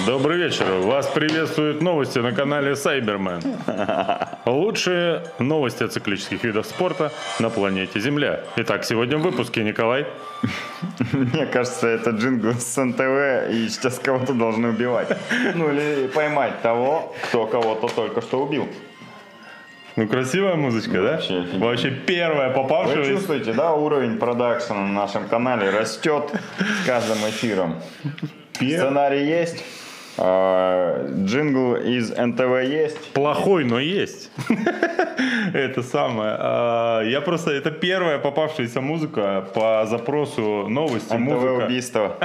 Добрый вечер. Вас приветствуют новости на канале Сайбермен. Лучшие новости о циклических видах спорта на планете Земля. Итак, сегодня в выпуске, Николай. Мне кажется, это джингл с НТВ, и сейчас кого-то должны убивать. Ну или поймать того, кто кого-то только что убил. Ну, красивая музычка, да? Вообще первая попавшаяся. Вы чувствуете, да, уровень продакшена на нашем канале растет с каждым эфиром. Сценарий есть. Джингл из НТВ есть. Плохой, но есть. Это самое. Я просто... Это первая попавшаяся музыка по запросу новости. НТВ убийство.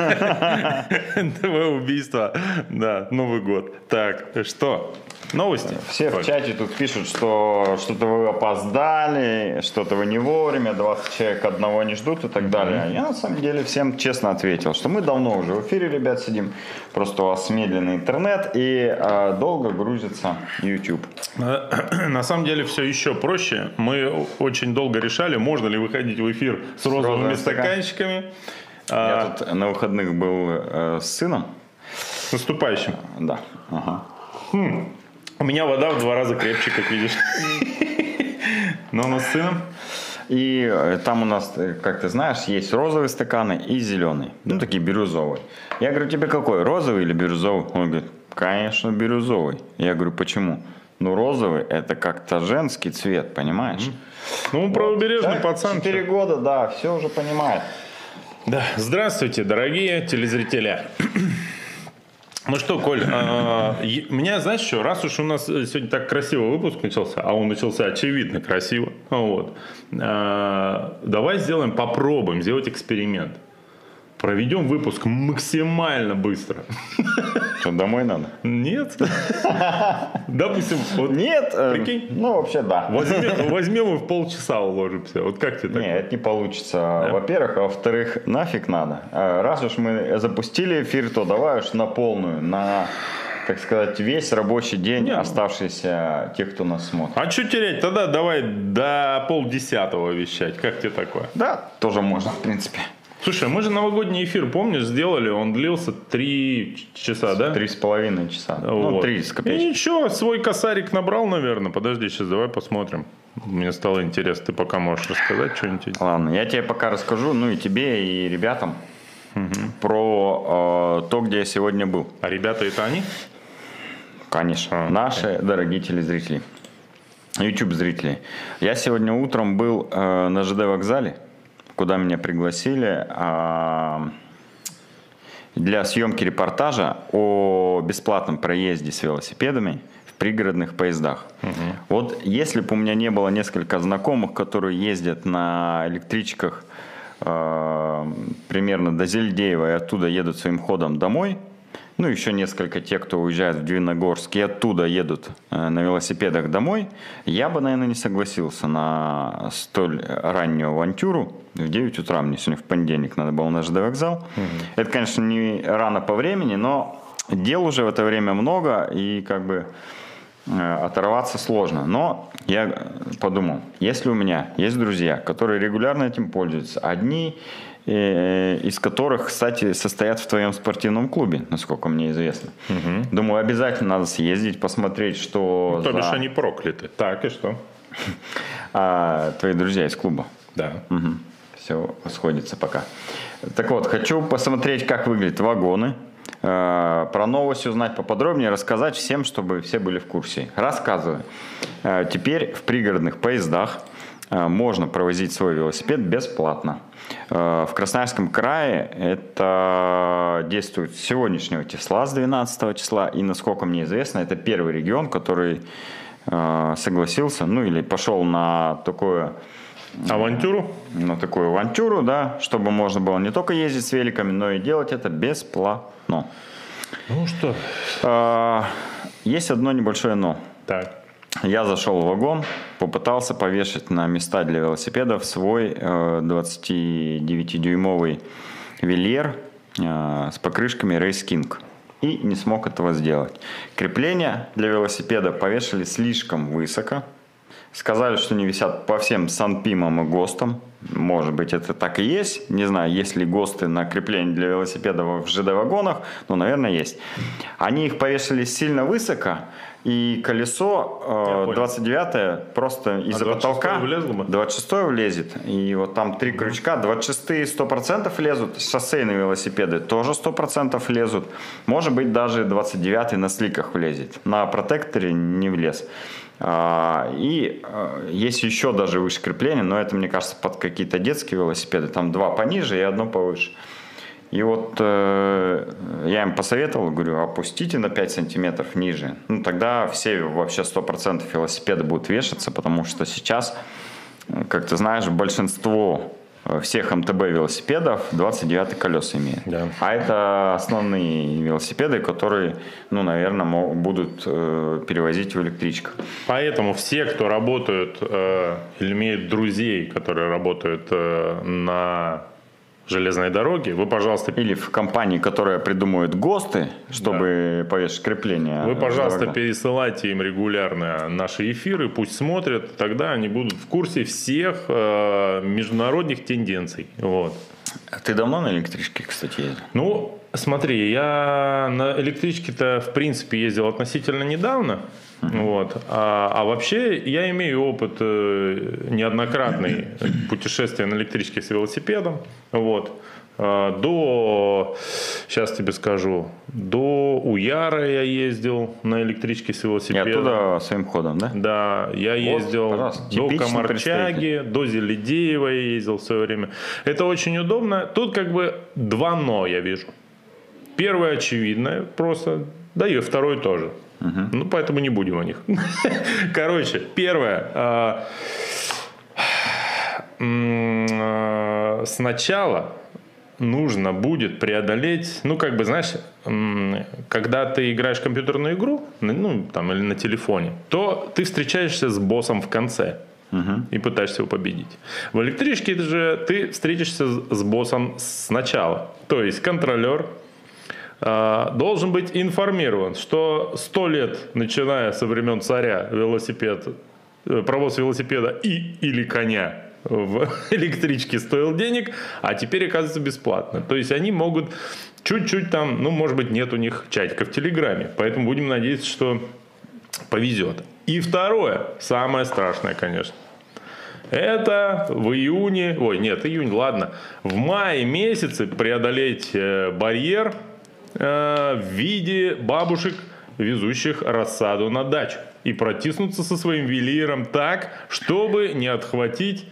НТВ убийство. Да, Новый год. Так, что? Новости? Все в чате тут пишут, что что-то вы опоздали, что-то вы не вовремя, 20 человек одного не ждут и так далее. Я на самом деле всем честно ответил, что мы давно уже в эфире, ребят, сидим. Просто у вас медленный интернет и долго грузится YouTube. На самом деле все еще проще. Мы очень долго решали, можно ли выходить в эфир с розовыми стаканчиками. Я тут на выходных был с сыном. С наступающим. Да. Ага. У меня вода в 2 раза крепче, как видишь. Но у нас с сыном. И там у нас, как ты знаешь, есть розовые стаканы и зеленые. Ну, такие бирюзовые. Я говорю, тебе какой, розовый или бирюзовый? Он говорит, конечно, бирюзовый. Я говорю, почему? Ну, розовый это как-то женский цвет, понимаешь? Ну, правобережный пацан. 4 года, да, все уже понимает. Да, здравствуйте, дорогие телезрители. Ну что, Коль, меня, знаешь что, раз уж у нас сегодня так красиво выпуск начался, а он начался очевидно красиво, вот, давай попробуем сделать эксперимент. Проведем выпуск максимально быстро. Что, домой надо? Нет. Допустим, вот нет. Прикинь? Ну, вообще, да. Возьмем и в полчаса уложимся. Вот как тебе так? Нет, это не получится. Да? Во-первых, а во-вторых, нафиг надо. Раз уж мы запустили эфир, то давай уж на полную, на, так сказать, весь рабочий день оставшиеся тех, кто нас смотрит. А что терять? Тогда давай до 9:30 вещать. Как тебе такое? Да, тоже можно, в принципе. Слушай, мы же новогодний эфир, помнишь, сделали, он длился 3 часа, да? 3,5 часа. Вот. Ну, 3 с копеечкой. И ничего, свой косарик набрал, наверное. Подожди, сейчас давай посмотрим. Мне стало интересно, ты пока можешь рассказать что-нибудь? Ладно, я тебе пока расскажу, ну и тебе, и ребятам, про то, где я сегодня был. А ребята это они? Конечно, наши дорогие телезрители, YouTube-зрители. Я сегодня утром был на ЖД вокзале, куда меня пригласили для съемки репортажа о бесплатном проезде с велосипедами в пригородных поездах. Вот если бы у меня не было несколько знакомых, которые ездят на электричках примерно до Зельдеева и оттуда едут своим ходом домой, ну еще несколько тех, кто уезжает в Дивногорск и оттуда едут на велосипедах домой, я бы, наверное, не согласился на столь раннюю авантюру. В 9 утра мне сегодня в понедельник надо было на ЖД вокзал. Это, конечно, не рано по времени, но дел уже в это время много и как бы оторваться сложно. Но я подумал, если у меня есть друзья, которые регулярно этим пользуются, одни из которых, кстати, состоят в твоем спортивном клубе, насколько мне известно. Думаю, обязательно надо съездить, посмотреть, что... Ну, то бишь они прокляты. Так, и что? Твои друзья из клуба? Да. Все сходится пока. Так вот, хочу посмотреть, как выглядят вагоны, про новость узнать поподробнее, рассказать всем, чтобы все были в курсе. Рассказываю. Теперь в пригородных поездах можно провозить свой велосипед бесплатно. В Красноярском крае это действует с сегодняшнего числа, с 12 числа. И, насколько мне известно, это первый регион, который согласился, ну или пошел на такое... Авантюру? На такую авантюру, да, чтобы можно было не только ездить с великами, но и делать это бесплатно. Ну что? Есть одно небольшое но. Так. Я зашел в вагон, попытался повешать на места для велосипедов свой 29-дюймовый Вильер с покрышками Race King. И не смог этого сделать. Крепления для велосипеда повешали слишком высоко. Сказали, что они висят по всем санпимам и ГОСТам. Может быть, это так и есть. Не знаю, есть ли ГОСТы на крепление для велосипедов в ЖД-вагонах, но, наверное, есть. Они их повесили сильно высоко, и колесо 29-е просто из-за потолка 26-е влезет. И вот там 3 крючка, 26-е 100% лезут, шоссейные велосипеды тоже 100% лезут. Может быть, даже 29-й на сликах влезет. На протекторе не влез. И есть еще даже выше крепление, но это, мне кажется, под какие-то детские велосипеды. Там 2 пониже и 1 повыше. И вот я им посоветовал, говорю, опустите на 5 сантиметров ниже. Ну, тогда все вообще 100% велосипеды будут вешаться, потому что сейчас, как ты знаешь, большинство всех МТБ велосипедов 29 колеса имеют. Да. А это основные велосипеды, которые, ну, наверное, будут перевозить в электричках. Поэтому все, кто работают или имеют друзей, которые работают на железной дороги, вы, пожалуйста... Или в компании, которая придумывает ГОСТы, чтобы повешать крепление. Вы, пожалуйста, пересылайте им регулярно наши эфиры, пусть смотрят, тогда они будут в курсе всех международных тенденций. Вот. Ты давно на электричке, кстати, ездил? Ну, смотри, я на электричке-то, в принципе, ездил относительно недавно. Вот. А вообще я имею опыт неоднократный путешествия на электричке с велосипедом. Вот. Сейчас тебе скажу, до Уяра я ездил на электричке с велосипедом. И оттуда своим ходом, да? Да, я ездил до Комарчаги, до Зеледеева я ездил в свое время. Это очень удобно. Тут как бы 2 «но» я вижу. Первое очевидное просто, да и второе тоже. Ну, поэтому не будем о них. Короче, первое. Сначала нужно будет преодолеть, ну, как бы, знаешь, когда ты играешь в компьютерную игру, ну, там, или на телефоне, то ты встречаешься с боссом в конце и пытаешься его победить. В электричке же ты встретишься с боссом сначала. То есть контролер должен быть информирован, что 100 лет, начиная со времен царя, провоз велосипеда или коня в электричке стоил денег, а теперь, оказывается, бесплатно. То есть они могут чуть-чуть там, ну, может быть, нет у них чатика в Телеграме, поэтому будем надеяться, что повезет. И второе, самое страшное, конечно. Это в июне, в мае месяце преодолеть барьер в виде бабушек, везущих рассаду на дачу, и протиснуться со своим велиером так, чтобы не отхватить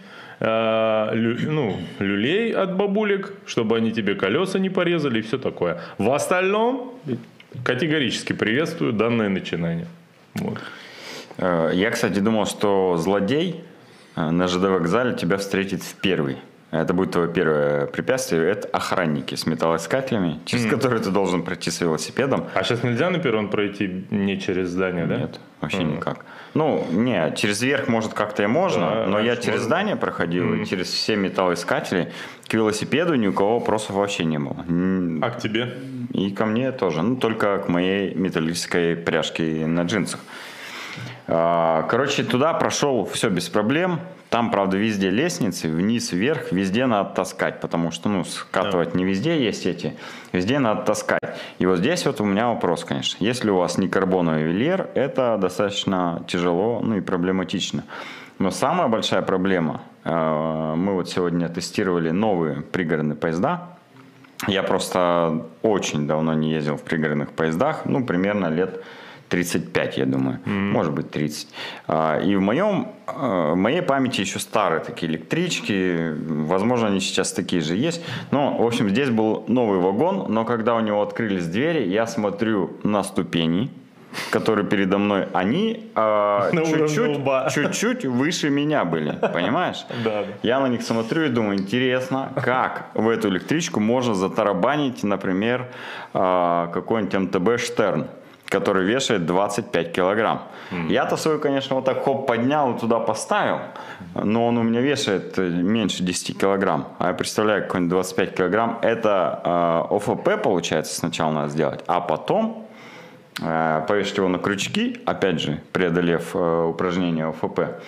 люлей от бабулек, чтобы они тебе колеса не порезали и все такое. В остальном категорически приветствую данное начинание. Вот. Я, кстати, думал, что злодей на ЖД-вокзале тебя встретит в первый. Это будет твое первое препятствие. Это охранники с металлоискателями, через которые ты должен пройти с велосипедом. А сейчас нельзя на перрон пройти не через здание, да? Нет, вообще никак. Ну, не, через верх, может, как-то и можно, но я через здание проходил, и через все металлоискатели. К велосипеду ни у кого вопросов вообще не было. А к тебе? И ко мне тоже. Ну, только к моей металлической пряжке на джинсах. Короче, туда прошел все без проблем. Там, правда, везде лестницы, вниз, вверх, везде надо таскать, потому что, ну, скатывать не везде есть эти, везде надо таскать. И вот здесь вот у меня вопрос, конечно. Если у вас не карбоновый велиер, это достаточно тяжело, ну и проблематично. Но самая большая проблема, мы вот сегодня тестировали новые пригородные поезда. Я просто очень давно не ездил в пригородных поездах, ну, примерно лет 35, я думаю, может быть 30. И в моей памяти еще старые такие электрички, возможно, они сейчас такие же есть. Но, в общем, здесь был новый вагон, но когда у него открылись двери, я смотрю на ступени, которые передо мной, они чуть-чуть выше меня были, понимаешь? Да. Я на них смотрю и думаю, интересно, как в эту электричку можно затарабанить, например, какой-нибудь МТБ «Штерн», который вешает 25 килограмм. Я-то свой, конечно, вот так поднял и туда поставил, но он у меня вешает меньше 10 килограмм. А я представляю, какой-нибудь 25 килограмм. Это ОФП, получается, сначала надо сделать, а потом повесить его на крючки, опять же, преодолев упражнение ОФП.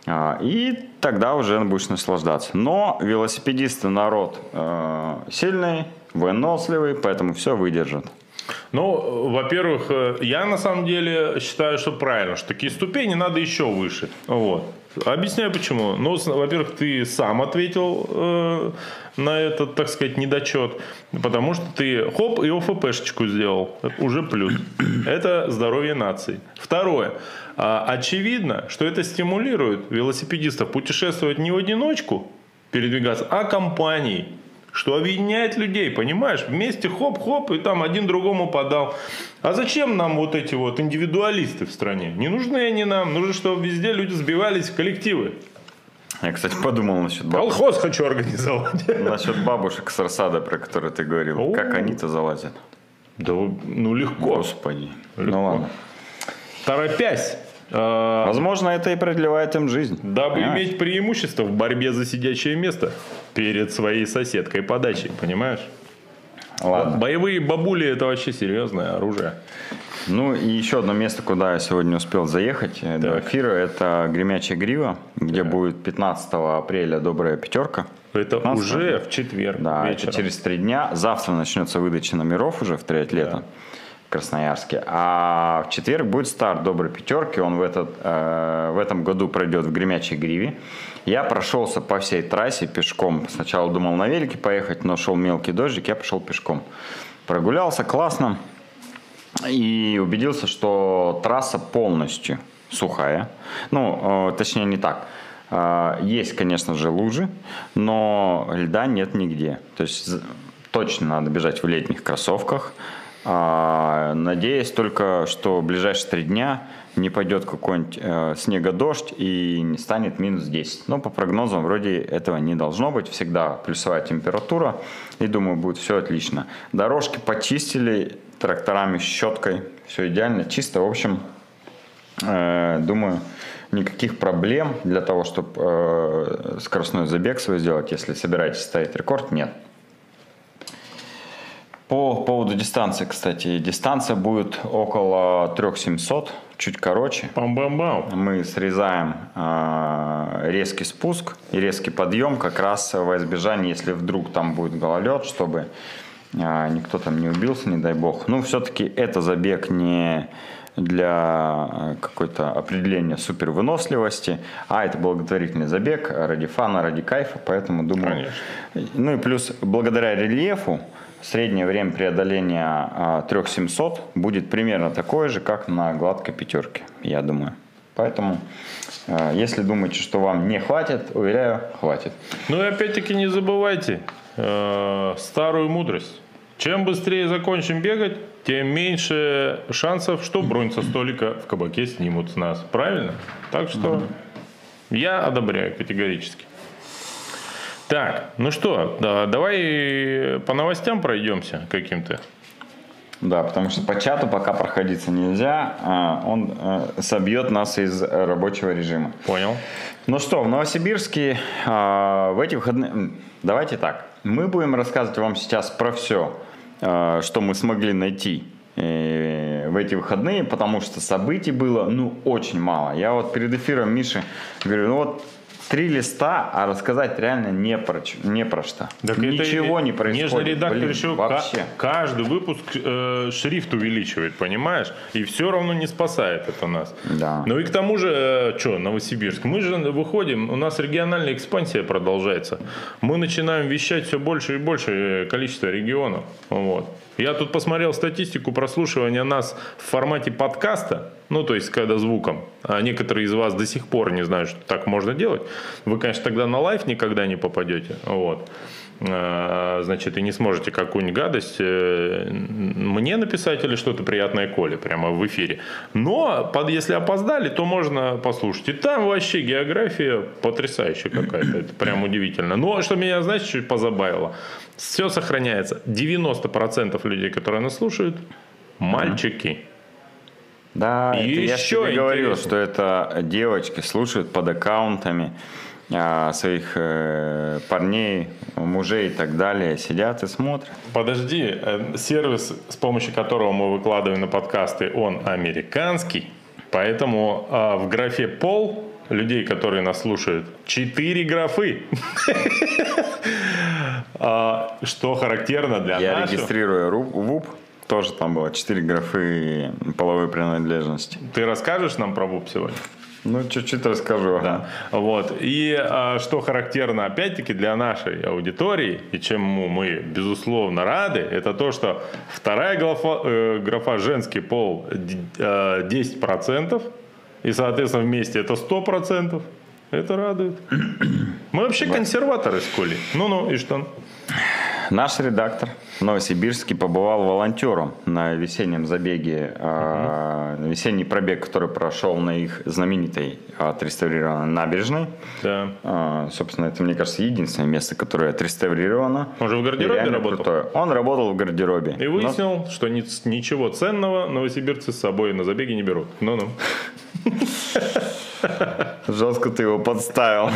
И тогда уже будешь наслаждаться. Но велосипедисты народ сильный, выносливый, поэтому все выдержат. Ну, во-первых, я на самом деле считаю, что правильно, что такие ступени надо еще выше. Вот. Объясняю почему. Ну, во-первых, ты сам ответил на этот, так сказать, недочет, потому что ты хоп и ОФПшечку сделал. Уже плюс. Это здоровье нации. Второе. Очевидно, что это стимулирует велосипедистов путешествовать не в одиночку, передвигаться, а компанией. Что объединяет людей, понимаешь? Вместе хоп-хоп, и там один другому подал. А зачем нам вот эти вот индивидуалисты в стране? Не нужны они нам. Нужно, чтобы везде люди сбивались в коллективы. Я, кстати, подумал насчет бабушек. Колхоз хочу организовать. Насчет бабушек с рассадой, про которые ты говорил. Как они-то залазят? Да, ну легко. Господи. Легко. Ну ладно. Торопясь. Возможно, это и продлевает им жизнь. Дабы иметь преимущество в борьбе за сидячее место перед своей соседкой по даче, понимаешь? Ладно. Боевые бабули – это вообще серьезное оружие. Ну и еще одно место, куда я сегодня успел заехать до эфира, это Гремячая Грива, где будет 15 апреля добрая пятерка. Это уже в четверг. Да, вечером. это через 3 дня. Завтра начнется выдача номеров уже в триатлета. В Красноярске. А в четверг будет старт доброй пятерки. Он в этом году пройдет в Гремячей Гриве. Я прошелся по всей трассе пешком. Сначала думал на велике поехать, но шел мелкий дождик, я пошел пешком. Прогулялся классно и убедился, что трасса полностью сухая. Ну, точнее не так. Есть, конечно же, лужи, но льда нет нигде. То есть точно надо бежать в летних кроссовках. Надеюсь только, что в ближайшие 3 дня не пойдет какой-нибудь снегодождь и не станет минус 10. Но по прогнозам вроде этого не должно быть. Всегда плюсовая температура. И думаю, будет все отлично. Дорожки почистили тракторами, щеткой. Все идеально, чисто. В общем, думаю, никаких проблем для того, чтобы скоростной забег свой сделать, если собираетесь ставить рекорд, нет. По поводу дистанции, кстати. Дистанция будет около 3700, чуть короче. Пам-бам-бам. Мы срезаем резкий спуск и резкий подъем, как раз во избежание, если вдруг там будет гололед, чтобы никто там не убился, не дай бог. Ну, все-таки это забег не для какой-то определения супервыносливости, а это благотворительный забег ради фана, ради кайфа, поэтому думаю... Конечно. Ну и плюс, благодаря рельефу, среднее время преодоления 3700 будет примерно такое же, как на гладкой пятерке, я думаю. Поэтому, если думаете, что вам не хватит, уверяю, хватит. Ну и опять-таки не забывайте старую мудрость. Чем быстрее закончим бегать, тем меньше шансов, что бронь со столика в кабаке снимут с нас. Правильно? Так что я одобряю категорически. Так, ну что, давай по новостям пройдемся каким-то. Да, потому что по чату пока проходиться нельзя, он собьет нас из рабочего режима. Понял. Ну что, в Новосибирске в эти выходные... Давайте так, мы будем рассказывать вам сейчас про все, что мы смогли найти в эти выходные, потому что событий было, очень мало. Я вот перед эфиром Миши говорю, 3 листа, а рассказать реально не про что. Так ничего не происходит. Нежный редактор еще вообще. Каждый выпуск шрифт увеличивает, понимаешь? И все равно не спасает это нас. Да. Ну и к тому же, Новосибирск? Мы же выходим, у нас региональная экспансия продолжается. Мы начинаем вещать все больше и больше количество регионов. Вот. Я тут посмотрел статистику прослушивания нас в формате подкаста, то есть когда звуком, а некоторые из вас до сих пор не знают, что так можно делать. Вы, конечно, тогда на лайв никогда не попадете, значит, и не сможете какую-нибудь гадость мне написать или что-то приятное Коле прямо в эфире. Но если опоздали, то можно послушать. И там вообще география потрясающая какая-то, это прям удивительно. Но что меня, знаете, чуть позабавило? Все сохраняется. 90% людей, которые нас слушают, мальчики. Да, и это еще я тебе говорил, что это девочки слушают под аккаунтами своих парней, мужей и так далее, сидят и смотрят. Подожди, сервис, с помощью которого мы выкладываем на подкасты, он американский, поэтому в графе «пол» людей, которые нас слушают, 4 графы. Что характерно для Я нашего... регистрирую ВУП, тоже там было 4 графы половой принадлежности. Ты расскажешь нам про ВУП сегодня? Ну, чуть-чуть расскажу. Да. Вот. И что характерно, опять-таки, для нашей аудитории, и чему мы, безусловно, рады, это то, что вторая графа женский пол 10%, и, соответственно, вместе это 100%. Это радует. Мы вообще консерваторы с Колей. Ну-ну, и что? Наш редактор новосибирский побывал волонтером на весеннем забеге, весенний пробег, который прошел на их знаменитой отреставрированной набережной. Да. Собственно, это, мне кажется, единственное место, которое отреставрировано. Он же в гардеробе работал? Крутое. Он работал в гардеробе. И выяснил, что ничего ценного новосибирцы с собой на забеге не берут. Ну-ну. Жестко ты его подставил.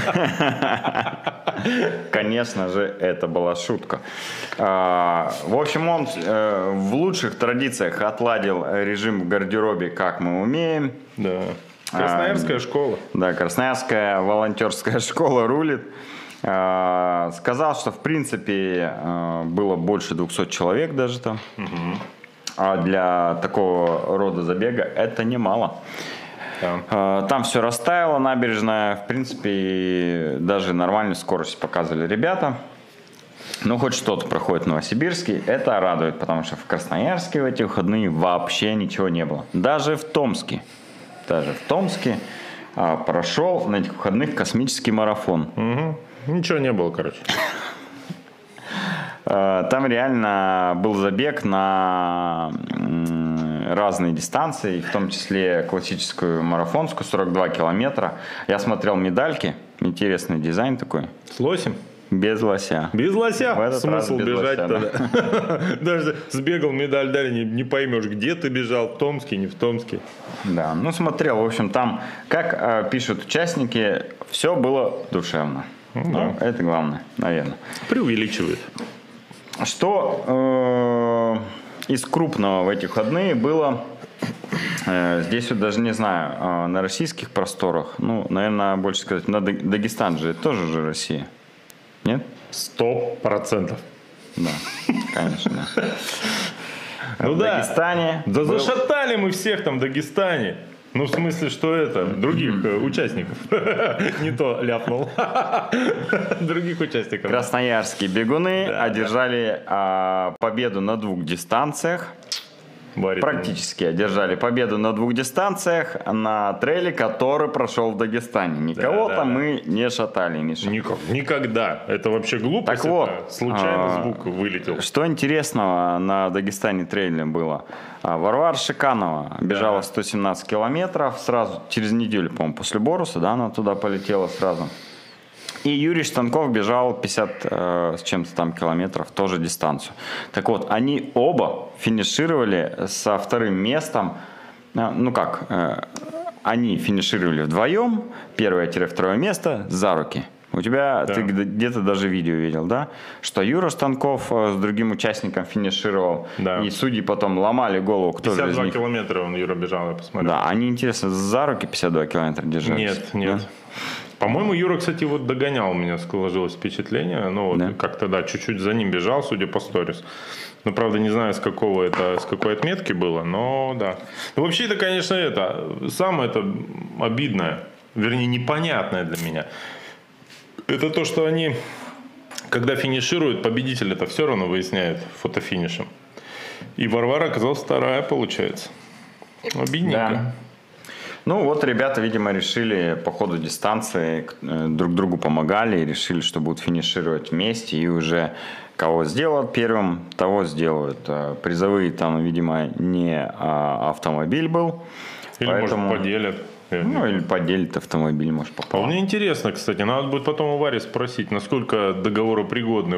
Конечно же, это была шутка. В общем, он в лучших традициях отладил режим в гардеробе, как мы умеем. Да. Красноярская школа. Да, Красноярская волонтерская школа рулит. Сказал, что в принципе было больше 200 человек даже там. А для такого рода забега это немало. Да. Там все растаяло, набережная, в принципе, даже нормальную скорость показывали ребята. Ну, хоть что-то проходит в Новосибирске, это радует, потому что в Красноярске в эти выходные вообще ничего не было. Даже в Томске прошел на этих выходных космический марафон. Угу. Ничего не было, короче. Там реально был забег на разные дистанции, в том числе классическую марафонскую, 42 километра. Я смотрел медальки, интересный дизайн такой. С лосем? Без лося. Без лося? Смысл без бежать лося, тогда? Да. Даже сбегал, медаль дали, не поймешь, где ты бежал, в Томске, не в Томске. Да, ну смотрел, в общем, там, как пишут участники, все было душевно. Ну, это главное, наверное. Преувеличивает. Что из крупного в эти выходные было, здесь вот даже не знаю, на российских просторах, ну, наверное, больше сказать, на Дагестан же, это тоже же Россия, нет? 100%. Да, конечно. Ну в да. Дагестане. Да зашатали мы всех там в Дагестане. Ну, в смысле, что это? Других участников. Не то ляпнул. Других участников. Красноярские бегуны одержали победу на 2 дистанциях. Практически одержали победу на 2 дистанциях на трейле, который прошел в Дагестане. Никого-то мы не шатали. Никогда. Это вообще глупость. Так вот, случайно звук вылетел. Что интересного на Дагестане трейле было? Варвара Шиканова бежала 117 километров сразу, через неделю, по-моему, после Боруса, да, она туда полетела сразу. И Юрий Штанков бежал 50 с чем-то там километров, тоже дистанцию. Так вот, они оба финишировали со 2-м местом. Ну как, они финишировали вдвоем, 1-2 место за руки. У тебя, ты где-то даже видео видел, да? Что Юра Штанков с другим участником финишировал. Да. И судьи потом ломали голову, кто же из них. 52 километра он, Юра, бежал, я посмотрел. Да, они, интересно, за руки 52 километра держались? Нет. Да? По-моему, Юра, кстати, вот догонял, у меня сложилось впечатление. Ну, вот как-то, да, чуть-чуть за ним бежал, судя по сторис. Ну, правда, не знаю, с какой отметки было, но да. Ну, вообще, это, конечно, самое обидное, вернее, непонятное для меня. Это то, что они, когда финишируют, победитель это все равно выясняют фотофинишем. И Варвара оказалась 2-я, получается. Обидненько. Да. Ну вот ребята, видимо, решили по ходу дистанции, друг другу помогали и решили, что будут финишировать вместе. И уже кого сделают первым, того сделают. Призовые там, видимо, не автомобиль был. Или, поэтому... может, поделят. Ну, или поделит автомобиль, может, пополам. Мне интересно, кстати, надо будет потом у Вари спросить, насколько договоропригодны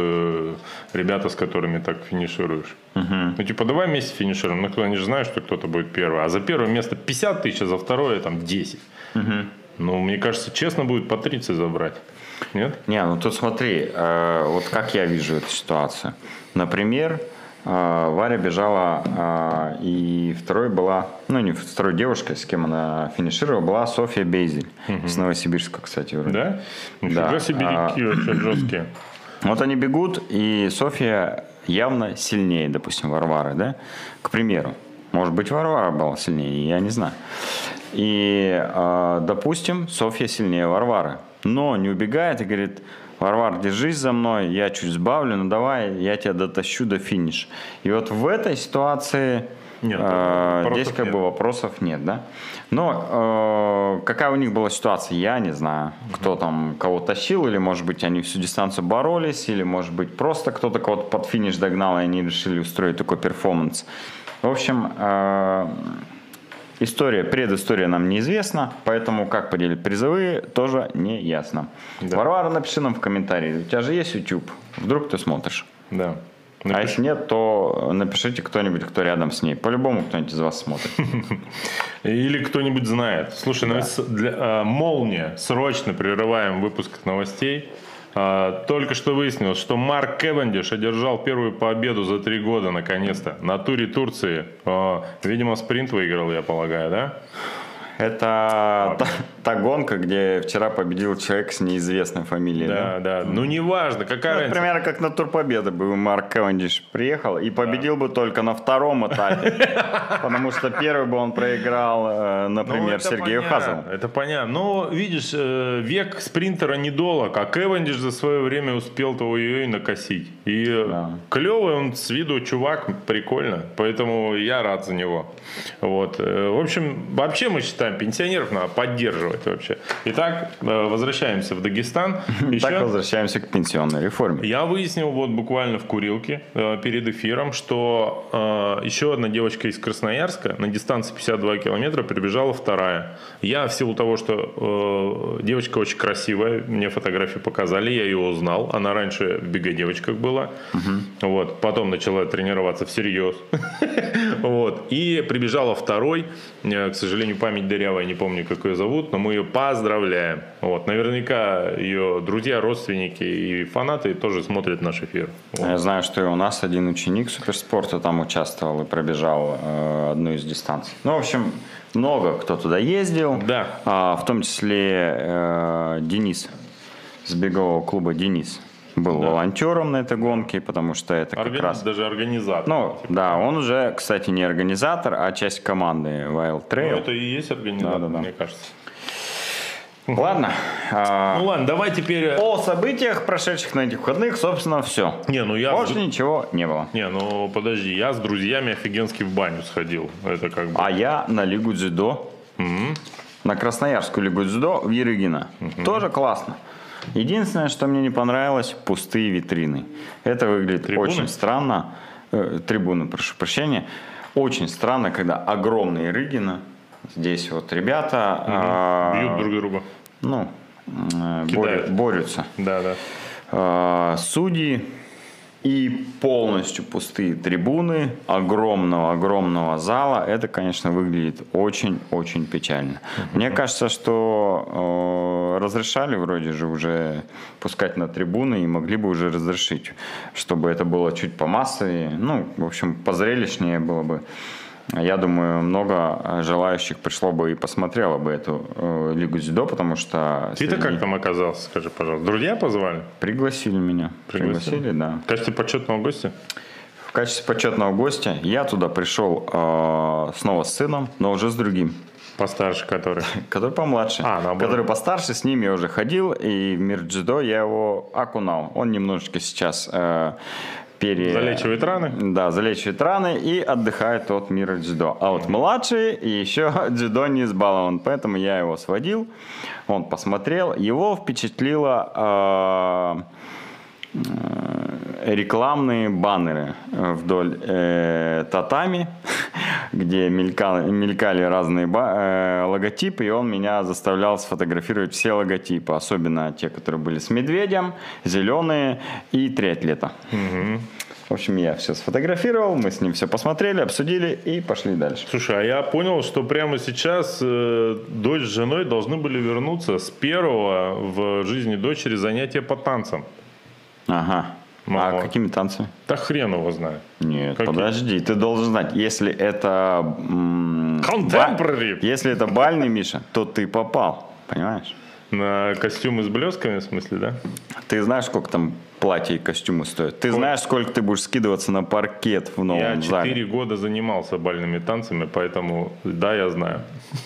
ребята, с которыми так финишируешь. Ну, типа, давай вместе финишируем. Ну, они же знают, что кто-то будет первый. А за первое место 50 тысяч, а за второе там 10. Ну, мне кажется, честно будет по 30 забрать. Нет? Не, ну тут смотри, вот как я вижу эту ситуацию. Например, Варя бежала, и второй была, ну не второй девушкой, с кем она финишировала, была Софья Бейзель. С Новосибирска, кстати. Вроде. Да? Нифига себе реки очень жесткие. Вот они бегут, и Софья явно сильнее, допустим, Варвары, да? К примеру. Может быть, Варвара была сильнее, я не знаю. И, допустим, Софья сильнее Варвары. Но не убегает и говорит: Варвар, держись за мной, я чуть сбавлю, ну давай, я тебя дотащу до финиша. И вот в этой ситуации здесь как бы вопросов нет, да? Но какая у них была ситуация, я не знаю. Кто там кого тащил, или может быть они всю дистанцию боролись, или может быть просто кто-то кого-то под финиш догнал, и они решили устроить такой перформанс. В общем, предыстория нам неизвестна, поэтому как поделить призовые, тоже не ясно. Да. Варвара, напиши нам в комментарии, у тебя же есть YouTube, вдруг ты смотришь. Да. Напиши. А если нет, то напишите кто-нибудь, кто рядом с ней. По-любому кто-нибудь из вас смотрит. Или кто-нибудь знает. Слушай, молния, срочно прерываем выпуск новостей. Только что выяснилось, что Марк Кевендиш одержал первую победу за 3 года, наконец-то, на туре Турции. Видимо, спринт выиграл, я полагаю, да? Это та гонка, где вчера победил человек с неизвестной фамилией. Да. Ну, неважно, какая разница. Например, как на тур Победы бы Марк Кевендиш приехал и победил бы только на втором этапе. Потому что первый бы он проиграл, например, Сергею Хазову. Это понятно. Но, видишь, век спринтера недолог, а Кевендиш за свое время успел-то и накосить. И клевый он с виду чувак, прикольно. Поэтому я рад за него. Вот. В общем, вообще мы считаем, пенсионеров надо поддерживать вообще. Итак, возвращаемся в Дагестан. Так возвращаемся к пенсионной реформе. Я выяснил вот буквально в курилке перед эфиром, что еще одна девочка из Красноярска на дистанции 52 километра прибежала вторая. Я в силу того, что девочка очень красивая, мне фотографии показали, я ее узнал. Она раньше в бега девочках была. Вот. Потом начала тренироваться всерьез. Вот. И прибежала второй. К сожалению, память дырявая, не помню, как ее зовут, но мы ее поздравляем. Вот. Наверняка ее друзья, родственники и фанаты тоже смотрят наш эфир. Вот. Я знаю, что и у нас один ученик суперспорта там участвовал и пробежал одну из дистанций. Ну, в общем, много кто туда ездил. Да. В том числе Денис с бегового клуба «Денис». Был волонтером на этой гонке, потому что это как раз... Даже организатор. Ну, да, он уже, кстати, не организатор, а часть команды Wild Trail. Ну, это и есть организатор, мне кажется. Ладно. Ну ладно, давай теперь... О событиях, прошедших на этих выходных, собственно, все. Больше ничего не было. Ну подожди, я с друзьями офигенски в баню сходил. Это как бы... А я на Лигу дзюдо. На Красноярскую Лигу дзюдо в Ерыгино. Тоже классно. Единственное, что мне не понравилось, пустые витрины. Это выглядит очень странно. Трибуны, прошу прощения. Очень странно, когда огромные Рыгина. Здесь вот ребята... бьют друг друга. Ну, борются. Да. Судьи и полностью пустые трибуны огромного зала. Это, конечно, выглядит очень печально. Мне кажется, что разрешали вроде же уже пускать на трибуны и могли бы уже разрешить, чтобы это было чуть помассовее. Ну, в общем, позрелищнее было бы. Я думаю, много желающих пришло бы и посмотрело бы эту Лигу дзюдо, потому что... Ты-то как там оказался, скажи, пожалуйста? Друзья позвали? Пригласили меня. Пригласили, да. В качестве почетного гостя? В качестве почетного гостя я туда пришел снова с сыном, но уже с другим. Постарше который? Который помладше. Который постарше, с ним я уже ходил, и в мир дзюдо я его окунал. Он немножечко сейчас... Залечивает раны? Да, залечивает раны и отдыхает от мира дзюдо. А вот младший и еще дзюдо не избалован, поэтому я его сводил, он посмотрел, его впечатлило рекламные баннеры вдоль татами, где мелькали разные логотипы, и он меня заставлял сфотографировать все логотипы, особенно те, которые были с медведем, зеленые и триатлета. В общем, я все сфотографировал, мы с ним все посмотрели, обсудили и пошли дальше. Слушай, а я понял, что прямо сейчас дочь с женой должны были вернуться с первого в жизни дочери занятия по танцам. Ага. А какими танцами? Да хрен его знает. Нет, подожди, ты должен знать, если это... Если это бальный, Миша, то ты попал, понимаешь? На костюмы с блесками, в смысле, да? Ты знаешь, сколько там платья и костюмы стоят? Ты знаешь, сколько ты будешь скидываться на паркет в новом зале? Я 4 года занимался бальными танцами, поэтому, да, я знаю.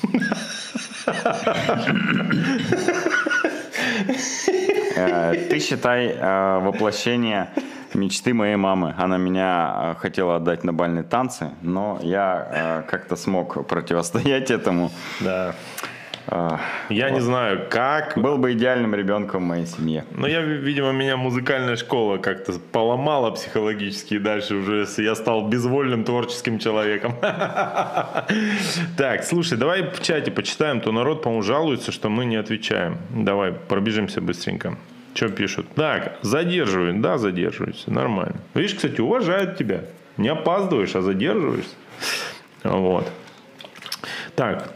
Ты считай воплощение мечты моей мамы. Она меня хотела отдать на бальные танцы, но я как-то смог противостоять этому. Да. Я не знаю, как... Был бы идеальным ребенком в моей семье. Но видимо, меня музыкальная школа как-то поломала психологически, и дальше уже я стал безвольным творческим человеком. Так, слушай, давай в чате почитаем, то народ, по-моему, жалуется, что мы не отвечаем. Давай, пробежимся быстренько. Что пишут? Так, задерживают, да, задерживаются, нормально. Видишь, кстати, уважают тебя. Не опаздываешь, а задерживаешься. Вот. Так.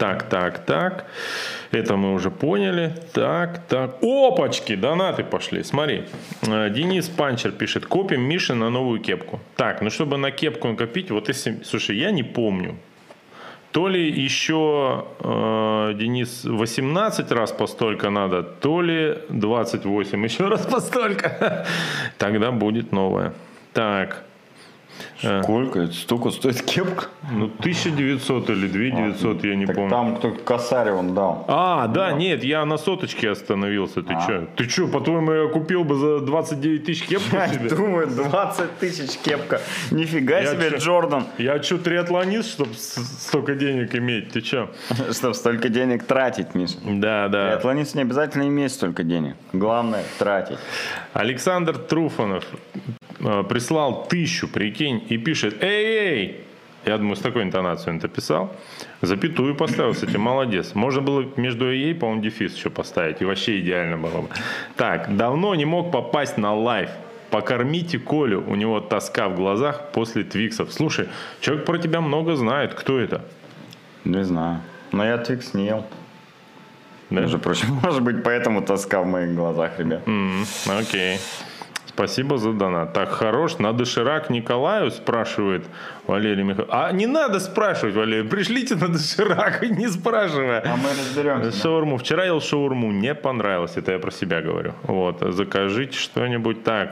Это мы уже поняли. Так. Опачки, донаты пошли. Смотри. Денис Панчер пишет. Копим Миши на новую кепку. Так, ну чтобы на кепку накопить, вот если... Слушай, я не помню. То ли еще, Денис, 18 раз по столько надо, то ли 28 еще раз по столько. Тогда будет новая. Так. Сколько? Столько стоит кепка? Ну, 1900 или 2900, я не помню. Там кто-то косарь он дал. Да, нет, я на соточке остановился. Ты что? Ты что, по-твоему, я купил бы за 29 тысяч кепку себе? Думаю, 20 тысяч кепка. Нифига себе, Джордан. Я что, триатлонист, чтобы столько денег иметь? Ты что? Чтобы столько денег тратить, Миша. Да. Триатлонист не обязательно иметь столько денег. Главное, тратить. Александр Труфанов прислал 1000, прикинь, и пишет: эй! Я думаю, с такой интонацией он это писал. Запятую поставил, кстати, молодец. Можно было между ей, по-моему, дефис еще поставить. И вообще идеально было бы. Так, давно не мог попасть на лайв. Покормите Колю, у него тоска в глазах после твиксов. Слушай, человек про тебя много знает. Кто это? Не знаю. Но я твикс не ел. Да? Между прочим, может быть, поэтому тоска в моих глазах, ребят. Окей. Спасибо за донат. Так, хорош. На доширак Николаю, спрашивает Валерий Михайлович. А не надо спрашивать, Валерий. Пришлите на доширак, не спрашивая. А мы разберемся. Шаурму. Вчера ел шаурму. Не понравилось. Это я про себя говорю. Вот. Закажите что-нибудь. Так.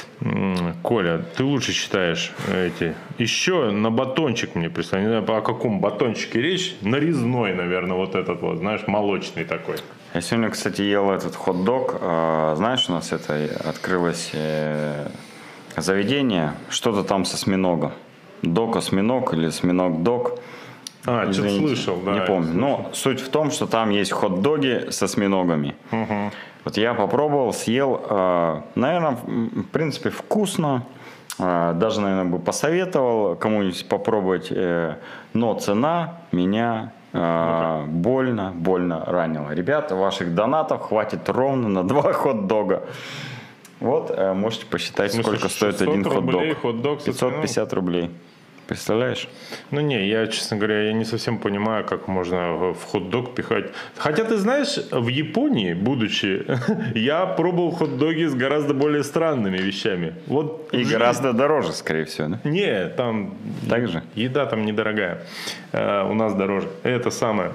Коля, ты лучше читаешь эти. Еще на батончик мне прислали. Не знаю, о каком батончике речь. Нарезной, наверное, вот этот вот. Знаешь, молочный такой. Я сегодня, кстати, ел этот хот-дог. Знаешь, у нас открылось заведение, что-то там со осьминогом. Дог-осьминог или осьминог-дог. Что-то слышал, да. Не помню. Но суть в том, что там есть хот-доги с осьминогами. Угу. Вот я попробовал, съел. Наверное, в принципе, вкусно. Даже, наверное, бы посоветовал кому-нибудь попробовать. Но цена меня... больно ранило. Ребята, ваших донатов хватит ровно на 2 хот-дога. Вот, можете посчитать, сколько стоит один хот-дог. 550 рублей. Представляешь? Ну не, я, честно говоря, я не совсем понимаю, как можно в хот-дог пихать. Хотя, ты знаешь, в Японии, будучи, я пробовал хот-доги с гораздо более странными вещами. Вот и гораздо дороже, скорее всего, да? Не, там так же? Еда там недорогая. У нас дороже. Это самое.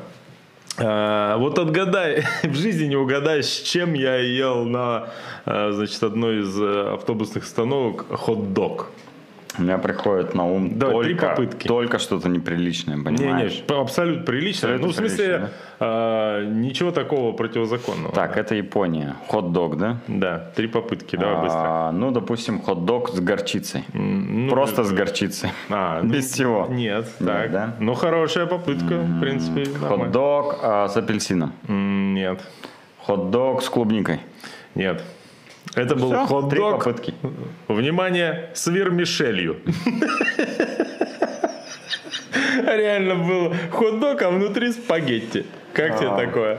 Вот отгадай, в жизни не угадаешь, с чем я ел на, значит, одной из автобусных остановок хот-дог. У меня приходит на ум только что-то неприличное, понимаешь? Не, абсолютно приличное. Ну, в смысле, ничего такого противозаконного. Так, это Япония. Хот-дог, да? Да, 3 попытки, давай быстро. Ну, допустим, хот-дог с горчицей. Просто с горчицей. Без всего. Нет, так. Да? Ну, хорошая попытка, в принципе. Хот-дог с апельсином. Нет. Хот-дог с клубникой. Нет. Это был хот-дог. 3 попытки. Внимание, с вермишелью. Реально был хот-дог, а внутри спагетти. Как тебе такое?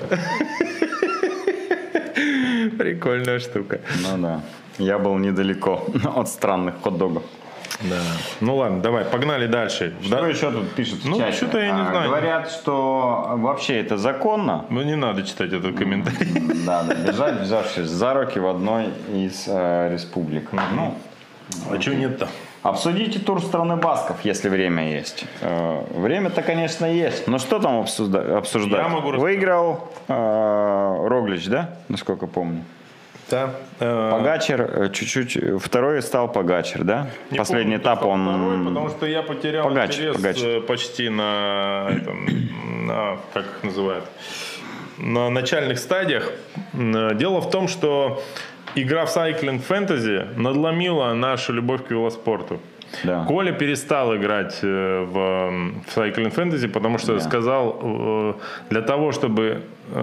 Прикольная штука. Ну да. Я был недалеко от странных хот-догов. Да. Ну ладно, давай, погнали дальше. Что еще тут пишут в чате? Что-то я не знаю. Говорят, что вообще это законно. Ну не надо читать этот комментарий. Да, бежать, взявшись за руки в одной из республик. Ну, А что нет-то? Обсудите тур страны басков, если время есть. Время-то, конечно, есть. Но что там обсуждать? Я могу Выиграл Роглич, да? Насколько помню. Да. Погачер чуть-чуть. Второй стал Погачер, да? Не Последний помню, этап он... Второй, потому что я потерял интерес Погачер. Почти на, как их называют, на начальных стадиях. Дело в том, что игра в Cycling Fantasy надломила нашу любовь к велоспорту. Да. Коля перестал играть в Cycling Fantasy, потому что сказал, для того, чтобы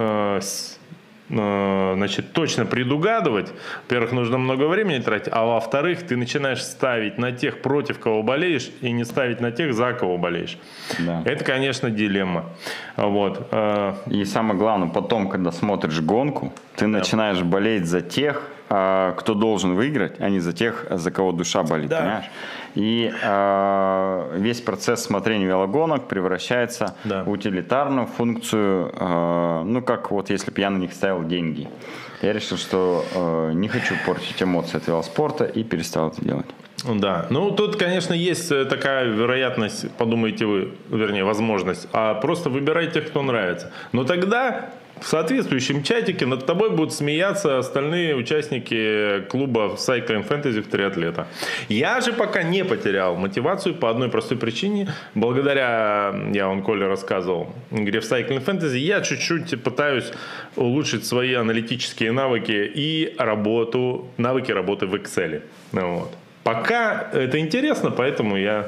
значит, точно предугадывать, во-первых, нужно много времени тратить, а во-вторых, ты начинаешь ставить на тех, против кого болеешь, и не ставить на тех, за кого болеешь. Да. Это, конечно, дилемма. Вот. И самое главное, потом, когда смотришь гонку, ты начинаешь болеть за тех, кто должен выиграть, а не за тех, за кого душа болит, понимаешь? И весь процесс смотрения велогонок превращается в утилитарную функцию, ну, как вот если бы я на них ставил деньги. Я решил, что не хочу портить эмоции от велоспорта и перестал это делать. Да, ну тут, конечно, есть такая вероятность, подумайте вы, вернее, возможность, а просто выбирайте тех, кто нравится. Но тогда в соответствующем чатике над тобой будут смеяться остальные участники клуба Cycling Fantasy в триатлета. Я же пока не потерял мотивацию по одной простой причине. Благодаря, я вам, Коля, рассказывал, игре в Cycling Fantasy, я чуть-чуть пытаюсь улучшить свои аналитические навыки и навыки работы в Excel. Вот. Пока это интересно, поэтому я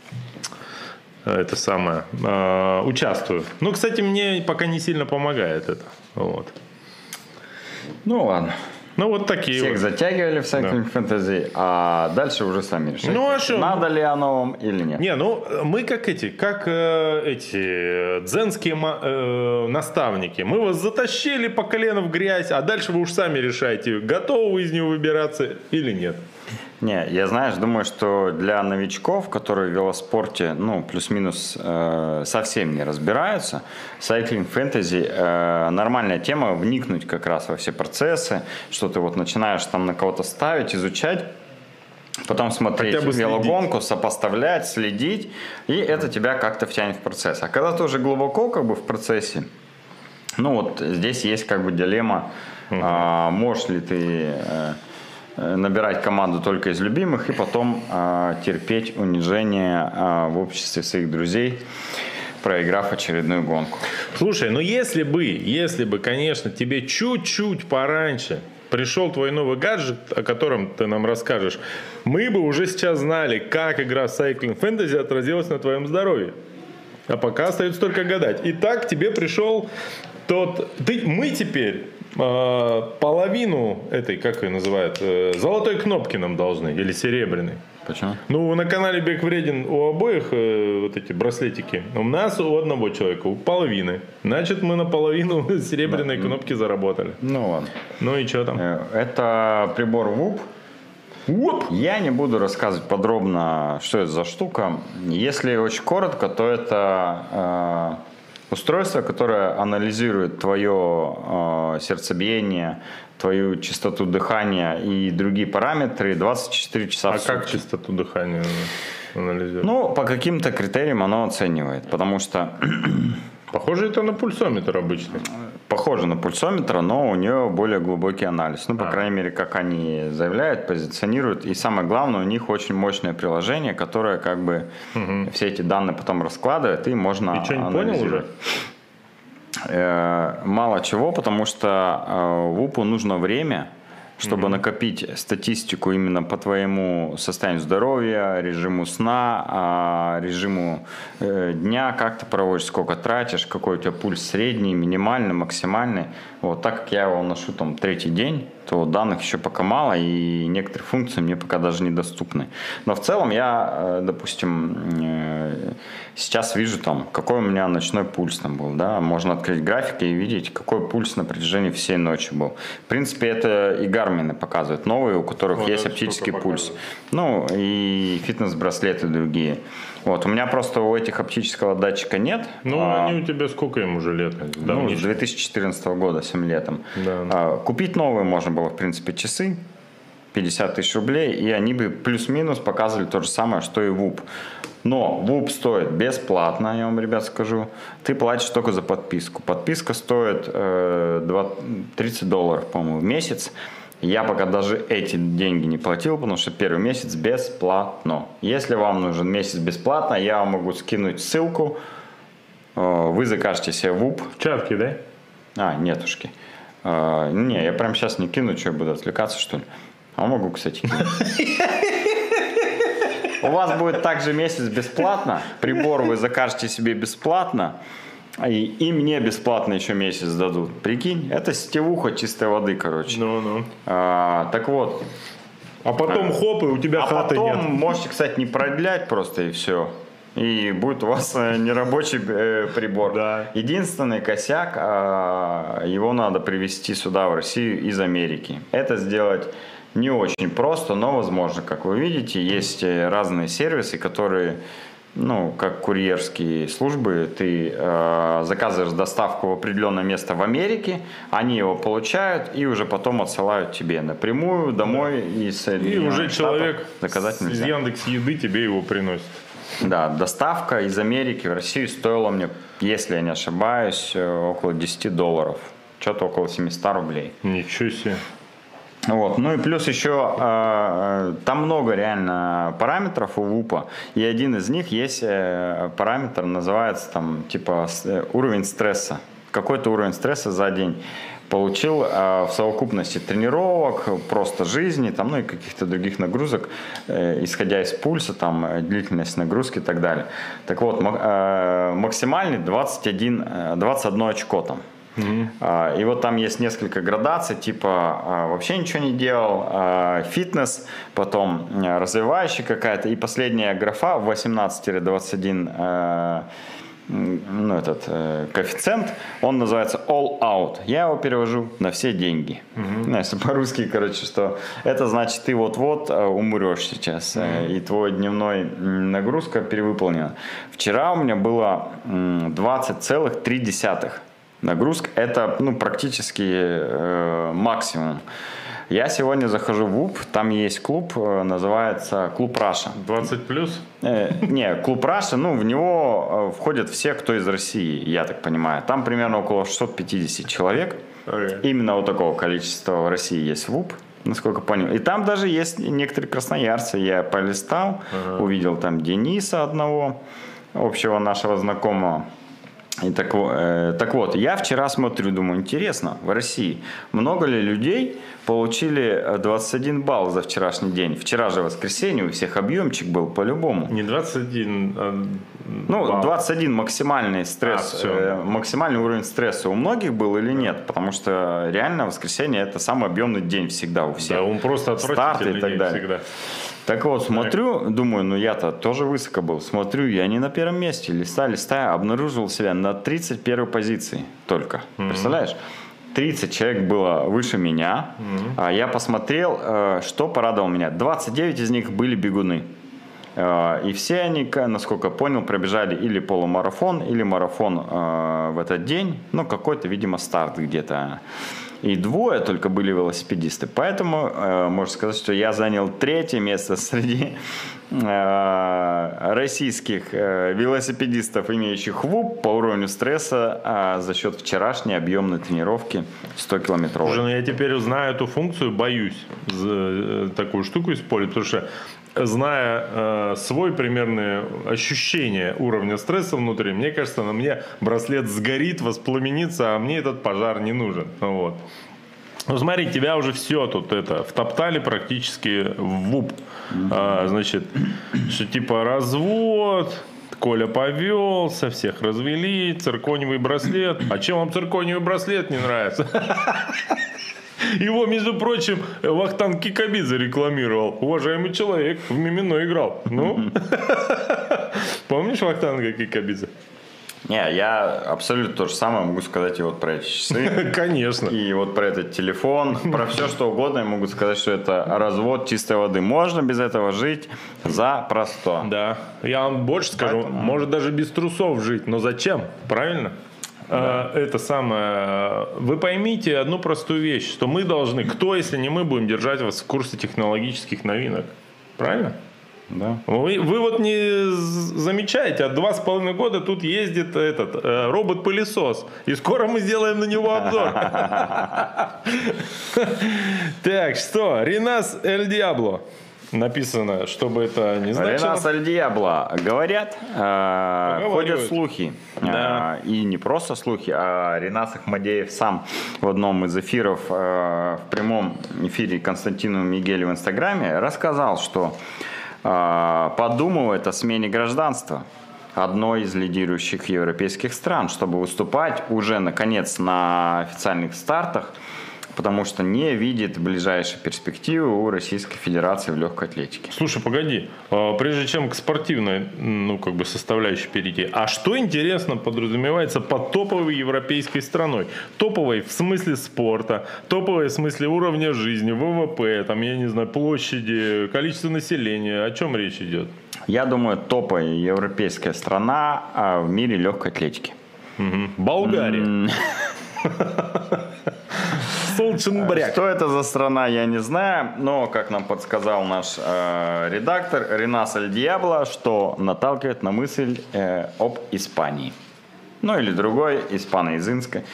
участвую. Ну, кстати, мне пока не сильно помогает это. Вот. Ну, ладно. Ну, вот такие Всех вот. Затягивали в Cycling Fantasy, а дальше уже сами решайте, Ну, а что? надо ли оно вам или нет. Не, ну, мы как эти дзенские наставники. Мы вас затащили по колено в грязь, а дальше вы уж сами решаете, готовы вы из него выбираться или нет. Не, я, знаешь, думаю, что для новичков, которые в велоспорте, ну, плюс-минус совсем не разбираются, Cycling Fantasy нормальная тема вникнуть как раз во все процессы, что ты вот начинаешь там на кого-то ставить, изучать, потом смотреть велогонку, сопоставлять, следить, и это тебя как-то втянет в процесс. А когда ты уже глубоко как бы в процессе, ну вот здесь есть как бы дилемма, можешь ли ты набирать команду только из любимых и потом терпеть унижение в обществе своих друзей, проиграв очередную гонку. Слушай, ну если бы, конечно, тебе чуть-чуть пораньше пришел твой новый гаджет, о котором ты нам расскажешь, мы бы уже сейчас знали, как игра Cycling Fantasy отразилась на твоем здоровье. А пока остается только гадать. Итак, тебе пришел мы теперь половину этой, как ее называют, золотой кнопки нам должны, или серебряной. Почему? Ну, на канале Бег Вреден у обоих вот эти браслетики. У нас у одного человека, у половины. Значит, мы на половину серебряной кнопки заработали. Ну ладно. Ну и что там? Это прибор Whoop. Я не буду рассказывать подробно, что это за штука. Если очень коротко, то это устройство, которое анализирует твое сердцебиение, твою частоту дыхания и другие параметры 24 часа в сутки. А как частоту дыхания анализирует? Ну, по каким-то критериям оно оценивает, потому что... Похоже это на пульсометр обычный. Похоже на пульсометр, но у нее более глубокий анализ. Ну, по крайней мере, как они заявляют, позиционируют. И самое главное, у них очень мощное приложение, которое как бы все эти данные потом раскладывает, и можно Ты что-нибудь понял уже? Мало чего, потому что ВУПу нужно время, чтобы накопить статистику именно по твоему состоянию здоровья, режиму сна, режиму дня, как ты проводишь, сколько тратишь, какой у тебя пульс средний, минимальный, максимальный. Вот так как я его ношу там 3-й день, то данных еще пока мало, и некоторые функции мне пока даже недоступны. Но в целом я, допустим, сейчас вижу там, какой у меня ночной пульс там был, да, можно открыть график и видеть, какой пульс на протяжении всей ночи был. В принципе, это и гармины показывают новые, у которых есть оптический пульс. Ну, и фитнес-браслеты другие. Вот, у меня просто у этих оптического датчика нет. Ну, они у тебя сколько им уже лет? Ну, с 2014 года, 7 летом. Да. Купить новые можно было, в принципе, часы. 50 тысяч рублей, и они бы плюс-минус показывали то же самое, что и ВУП. Но ВУП стоит бесплатно, я вам, ребят, скажу. Ты платишь только за подписку. Подписка стоит $30, по-моему, в месяц. Я пока даже эти деньги не платил, потому что первый месяц бесплатно. Если вам нужен месяц бесплатно, я вам могу скинуть ссылку. Вы закажете себе ВУП. Чатки, да? Нетушки. Не, я прямо сейчас не кину, что я буду отвлекаться, что ли? А могу, кстати, кинуть. У вас будет также месяц бесплатно. Прибор вы закажете себе бесплатно. И мне бесплатно еще месяц дадут. Прикинь, это сетевуха чистой воды, короче. Так вот. А потом хоп, и у тебя хаты нет. А потом можете, кстати, не продлять просто, и все. И будет у вас нерабочий прибор. Да. Единственный косяк, его надо привезти сюда, в Россию, из Америки. Это сделать не очень просто, но возможно. Как вы видите, есть разные сервисы, которые, как курьерские службы, ты заказываешь доставку в определенное место в Америке, они его получают и уже потом отсылают тебе напрямую домой. И уже человек заказать из Яндекс.Еды тебе его приносит. Да, доставка из Америки в Россию стоила мне, если я не ошибаюсь, около $10. Что-то около 700 рублей. Ничего себе. Вот. Ну и плюс еще там много реально параметров у ВУПа, и один из них есть параметр, называется там типа уровень стресса. Какой-то уровень стресса за день получил в совокупности тренировок, просто жизни, там, и каких-то других нагрузок, исходя из пульса, там, длительность нагрузки и так далее. Так вот, максимальный 21 очко там. И вот там есть несколько градаций, типа вообще ничего не делал, фитнес, потом развивающий какая-то, и последняя графа 18-21 коэффициент, он называется all out. Я его перевожу на все деньги. Если по-русски, короче, что это значит, ты вот-вот умрешь сейчас, и твой дневной нагрузка перевыполнена. Вчера у меня было 20,3 нагрузка. Это практически максимум. Я сегодня захожу в ВУП, там есть клуб, называется Клуб Раша. 20+? Не, Клуб Раша, в него входят все, кто из России, я так понимаю. Там примерно около 650 человек. Именно вот такого количества в России есть ВУП, насколько понял. И там даже есть некоторые красноярцы. Я полистал, увидел там Дениса одного, общего нашего знакомого. И так вот, я вчера смотрю, думаю, интересно, в России много ли людей получили 21 балл за вчерашний день? Вчера же воскресенье, у всех объемчик был по-любому. Не 21, балл. 21 максимальный стресс, максимальный уровень стресса у многих был или нет? Потому что реально воскресенье это самый объемный день всегда у всех. Да, он просто отвратительный день всегда. Так вот, смотрю, думаю, я-то тоже высоко был. Смотрю, я не на первом месте. Листаю, обнаружил себя на 31 позиции только. Представляешь? 30 человек было выше меня. Я посмотрел, что порадовало меня. 29 из них были бегуны. И все они, насколько понял, пробежали или полумарафон, или марафон в этот день. Какой-то, видимо, старт где-то. И 2 только были велосипедисты. Поэтому можно сказать, что я занял 3-е место среди российских велосипедистов, имеющих ВУП по уровню стресса за счет вчерашней объемной тренировки 100-километровой. Слушай, я теперь знаю эту функцию, боюсь такую штуку использовать, потому что зная свой примерное ощущение уровня стресса внутри, мне кажется, на мне браслет сгорит, воспламенится, а мне этот пожар не нужен. Вот. Смотри, тебя уже все тут втоптали практически в ВУП. Значит, что типа развод, Коля повелся, всех развели, циркониевый браслет. А чем вам циркониевый браслет не нравится? Его, между прочим, Вахтанг Кикабидзе рекламировал. Уважаемый человек, в Мимино играл. Помнишь Вахтанга Кикабидзе? Не, я абсолютно то же самое могу сказать и вот про эти часы. Конечно. И вот про этот телефон, про все что угодно я могу сказать, что это развод чистой воды. Можно без этого жить запросто. Да, я вам больше скажу, может даже без трусов жить, но зачем? Правильно? это самое. Вы поймите одну простую вещь, что мы должны, кто, если не мы, будем держать вас в курсе технологических новинок. Правильно? Да. Вы вот не замечаете, 2,5 года тут ездит этот робот-пылесос. И скоро мы сделаем на него обзор. Так, что? Ренас Эль Диабло. Написано, чтобы это не значило. Ренас Эль Диабло. Говорят, ходят слухи. Да. И не просто слухи, а Ренас Ахмадеев сам в одном из эфиров в прямом эфире Константину Мигелю в Инстаграме рассказал, что подумывает о смене гражданства одной из лидирующих европейских стран, чтобы выступать уже наконец на официальных стартах, потому что не видит ближайшей перспективы у Российской Федерации в легкой атлетике. Слушай, погоди, прежде чем к спортивной, составляющей перейти, а что интересно подразумевается под топовой европейской страной? Топовой в смысле спорта, топовой в смысле уровня жизни, ВВП, там, я не знаю, площади, количество населения, о чем речь идет? Я думаю, топовая европейская страна в мире легкой атлетики. Болгария. Солченбряк. Что это за страна, я не знаю, но, как нам подсказал наш редактор Ренас Эль Диабло, что наталкивает на мысль об Испании. Ну или другой испаноязыческой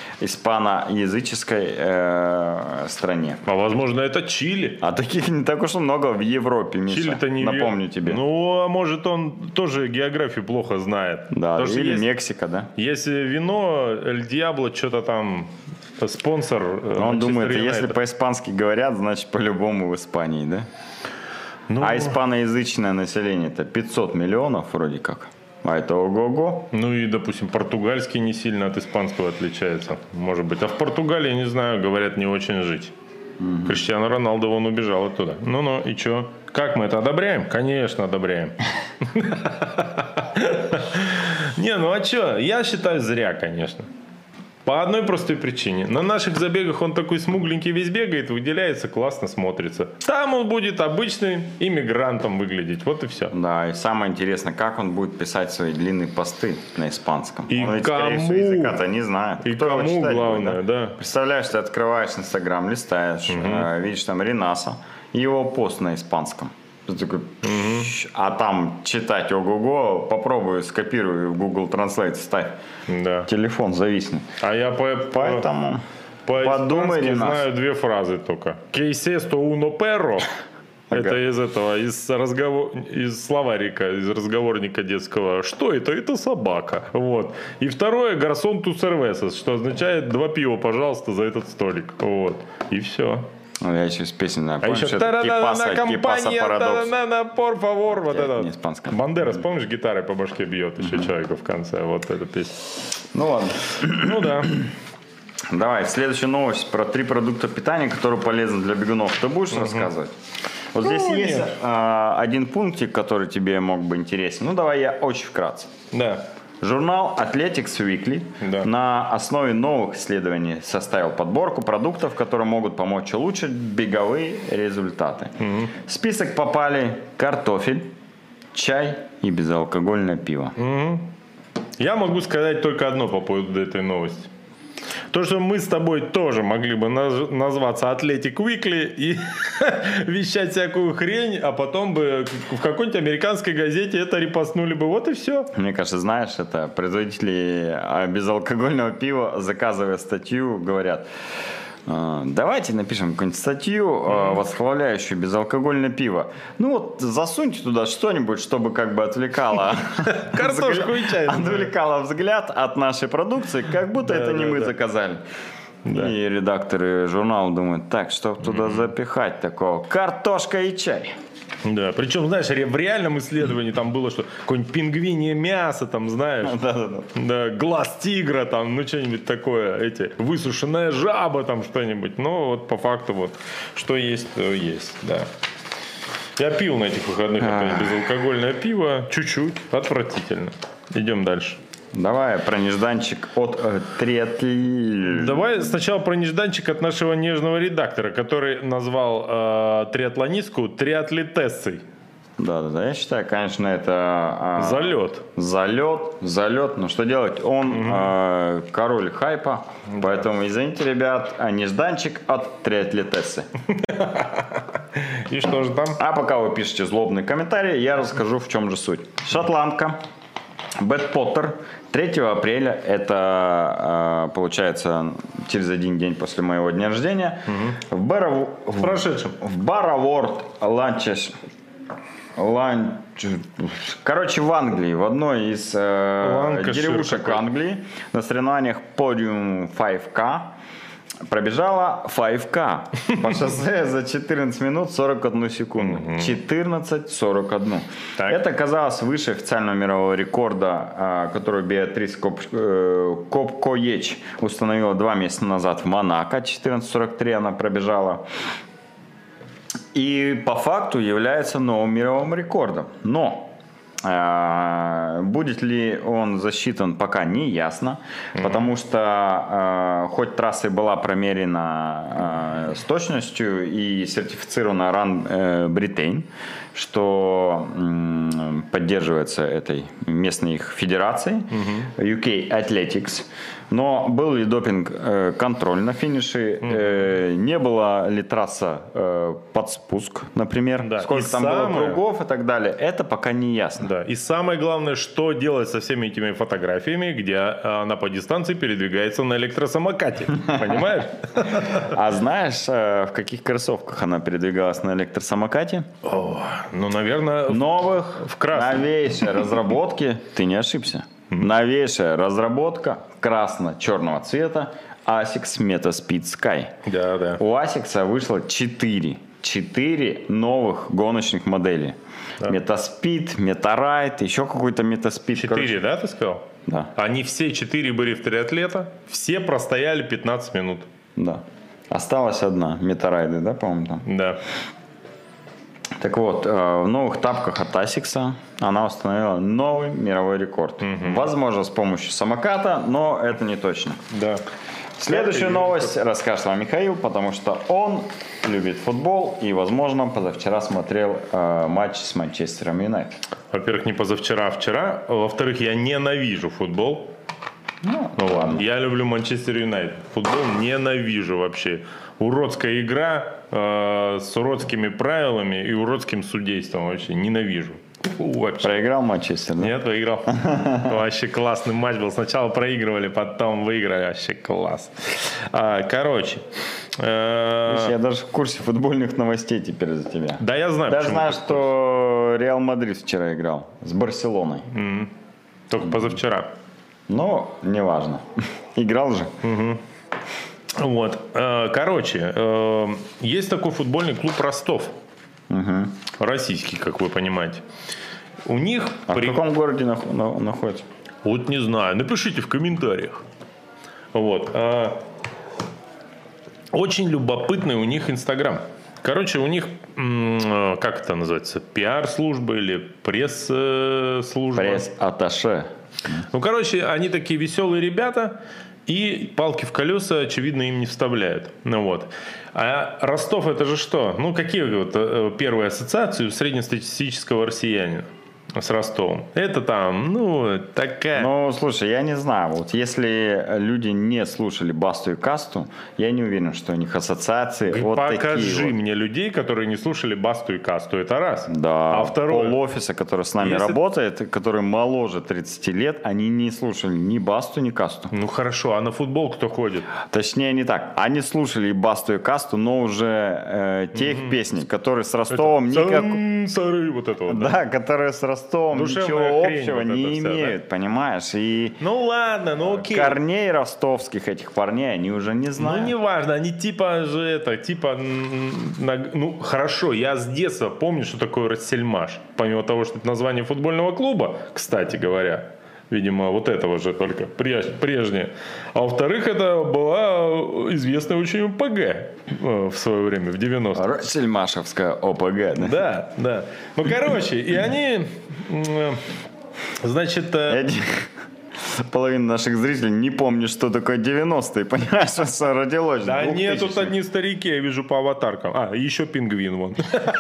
стране. А возможно, это Чили. А таких не так уж и много в Европе, Миша. Чили-то не напомню тебе. Ну, а может, он тоже географию плохо знает. Да, потому или Мексика, да. Если вино, Эль Диабло, что-то там спонсор. Он думает, если по-испански говорят, значит по-любому в Испании, да? Ну, а испаноязычное население-то 500 миллионов вроде как. А это ого-го. Ну и, допустим, португальский не сильно от испанского отличается. Может быть. А в Португалии, не знаю, говорят, не очень жить. Криштиану Роналду, он убежал оттуда. Ну-ну, и что? Как мы это одобряем? Конечно, одобряем. Не, ну а что? Я считаю, зря, конечно. По одной простой причине. На наших забегах он такой смугленький весь бегает, выделяется, классно смотрится. Там он будет обычным иммигрантом выглядеть. Вот и все. Да, и самое интересное, как он будет писать свои длинные посты на испанском. И он ведь, кому? скорее всего, языка-то не знает. И кто его кому, читать главное, будет, да. Представляешь, ты открываешь Инстаграм, листаешь, видишь там Ренаса и его пост на испанском. Ты такой, а там читать ого-го, попробуй скопируй в Google Translate, ставь. Да. Телефон зависнет. А я Поэтому по-испански Ренас. знаю две фразы только. «Кейсесто уно перро». Это из словарика, из разговорника детского. Что это? Это собака. Вот. И второе, гарсон ту сервесас, что означает 2 пива, пожалуйста, за этот столик. Вот. И все. Ну, я еще из песен знаю. А Помнишь, еще это на компания, парадокс. por favor, вот это. Не испанская. Бандерас, помнишь, гитарой по башке бьет еще человека в конце. Вот эта песня. Ну ладно. Ну да. Давай, следующая новость про 3 продукта питания, которые полезны для бегунов. Ты будешь рассказывать? Вот здесь есть один пунктик, который тебе мог бы интересен. Ну давай я очень вкратце. Да. Журнал Athletics Weekly на основе новых исследований составил подборку продуктов, которые могут помочь улучшить беговые результаты. В список попали картофель, чай и безалкогольное пиво. Я могу сказать только одно по поводу этой новости. То, что мы с тобой тоже могли бы назваться Athletic Weekly и вещать всякую хрень, а потом бы в какой-нибудь американской газете это репостнули бы. Вот и все. Мне кажется, знаешь, это производители безалкогольного пива, заказывая статью, говорят: давайте напишем какую-нибудь статью, восхваляющую безалкогольное пиво. Ну вот засуньте туда что-нибудь, чтобы как бы отвлекало картошку и чай. Отвлекало взгляд от нашей продукции, как будто это не мы заказали. И редакторы журнала думают: так, что туда запихать такого? Картошка и чай. Да, причем, знаешь, в реальном исследовании там было, что какое-нибудь пингвинье мясо, там, знаешь, да, глаз тигра, там, ну, что-нибудь такое, высушенная жаба, там, что-нибудь. Ну, вот по факту вот, что есть, то есть, да. Я пил на этих выходных безалкогольное пиво, чуть-чуть, отвратительно. Идем дальше. Давай про нежданчик от триатлета. Давай сначала про нежданчик от нашего нежного редактора, который назвал триатлонистку триатлетессой. Да. Я считаю, конечно, это... Залет. Но что делать? Он король хайпа. Поэтому, извините, ребят, нежданчик от триатлетессы. И что же там? А пока вы пишете злобные комментарии, я расскажу, в чем же суть. Шотландка Бет Поттер 3 апреля, это получается через один день после моего дня рождения, в Бараворд короче, в Англии, в одной из деревушек Англии, на соревнованиях Podium 5K пробежала 5К по шоссе за 14 минут 41 секунду. 14:41. Это оказалось выше официального мирового рекорда, который Беатрис Копкоеч установила 2 месяца назад в Монако. 14:43 она пробежала. И по факту является новым мировым рекордом. Но будет ли он засчитан, пока не ясно, потому что хоть трасса и была промерена с точностью и сертифицирована Run Britain, что поддерживается этой местной их федерацией, UK Athletics, но был ли допинг-контроль на финише, не была ли трасса под спуск, например, сколько там было кругов и так далее, это пока не ясно. Да. И самое главное, что делать со всеми этими фотографиями, где она по дистанции передвигается на электросамокате, понимаешь? А знаешь, в каких кроссовках она передвигалась на электросамокате? Ну, наверное, новых, в красном. Новейшей разработки, ты не ошибся. Новейшая разработка красно-черного цвета Asics Metaspeed Sky. Да. У Asics вышло 4 новых гоночных моделей. Metaspeed, Metaride, еще какой-то Metaspeed. 4, да, ты сказал? Да. Они все 4 были в триатлета, все простояли 15 минут. Да. Осталась одна, Metaride, да, по-моему, там? Да. Так вот, в новых тапках от Asics она установила новый мировой рекорд. Возможно, с помощью самоката, но это не точно. Да. Следующую новость расскажет вам Михаил, потому что он любит футбол и, возможно, позавчера смотрел матч с Манчестером Юнайтед. Во-первых, не позавчера, а вчера. Во-вторых, я ненавижу футбол. Ну ладно. Я люблю Манчестер Юнайтед. Футбол ненавижу вообще. Уродская игра с уродскими правилами и уродским судейством. Вообще ненавижу. Вообще. Проиграл Манчестер, да? Нет, выиграл. Вообще классный матч был. Сначала проигрывали, потом выиграли. Вообще класс. Короче. Я даже в курсе футбольных новостей теперь за тебя. Да, я знаю. Даже знаю, что Реал Мадрид вчера играл с Барселоной. Только позавчера. Но неважно. Играл же. Вот. Короче, есть такой футбольный клуб Ростов. Российский, как вы понимаете. У них... В каком городе находится? Вот не знаю. Напишите в комментариях. Вот. Очень любопытный у них Инстаграм. Короче, у них, как это называется, пиар-служба или пресс-служба? Пресс-атташе. Ну, короче, они такие веселые ребята, и палки в колеса, очевидно, им не вставляют. Ну, вот. А Ростов это же что? Ну, какие вот первые ассоциации у среднестатистического россиянина с Ростовом? Это там, ну, такая... Ну, слушай, я не знаю. Вот если люди не слушали Басту и Касту, я не уверен, что у них ассоциации вот такие. Покажи мне людей, которые не слушали Басту и Касту. Это раз. Да. А второе... Пол-офиса, который с нами работает, который моложе 30 лет, они не слушали ни Басту, ни Касту. Ну, хорошо. А на футбол кто ходит? Точнее, не так. Они слушали и Басту, и Касту, но уже те их песни, которые с Ростовом никак... Вот это вот, да, которые с Ростовом ничего общего вот не вся, имеют, да? Понимаешь? И ну ладно, ну окей. Корней ростовских этих парней они уже не знают. Ну неважно, они типа же это, типа, ну хорошо, я с детства помню, что такое Россельмаш. Помимо того, что это название футбольного клуба, кстати говоря, видимо, вот этого же только прежнее. А во-вторых, это была известная очень ОПГ в свое время, в 90-х. Россельмашевская ОПГ, да? Да, да. Ну, короче, и они, значит... половина наших зрителей не помнит, что такое 90-е. Понимаешь, что родилось? Да нет, тут одни старики, я вижу по аватаркам. А, еще пингвин вон.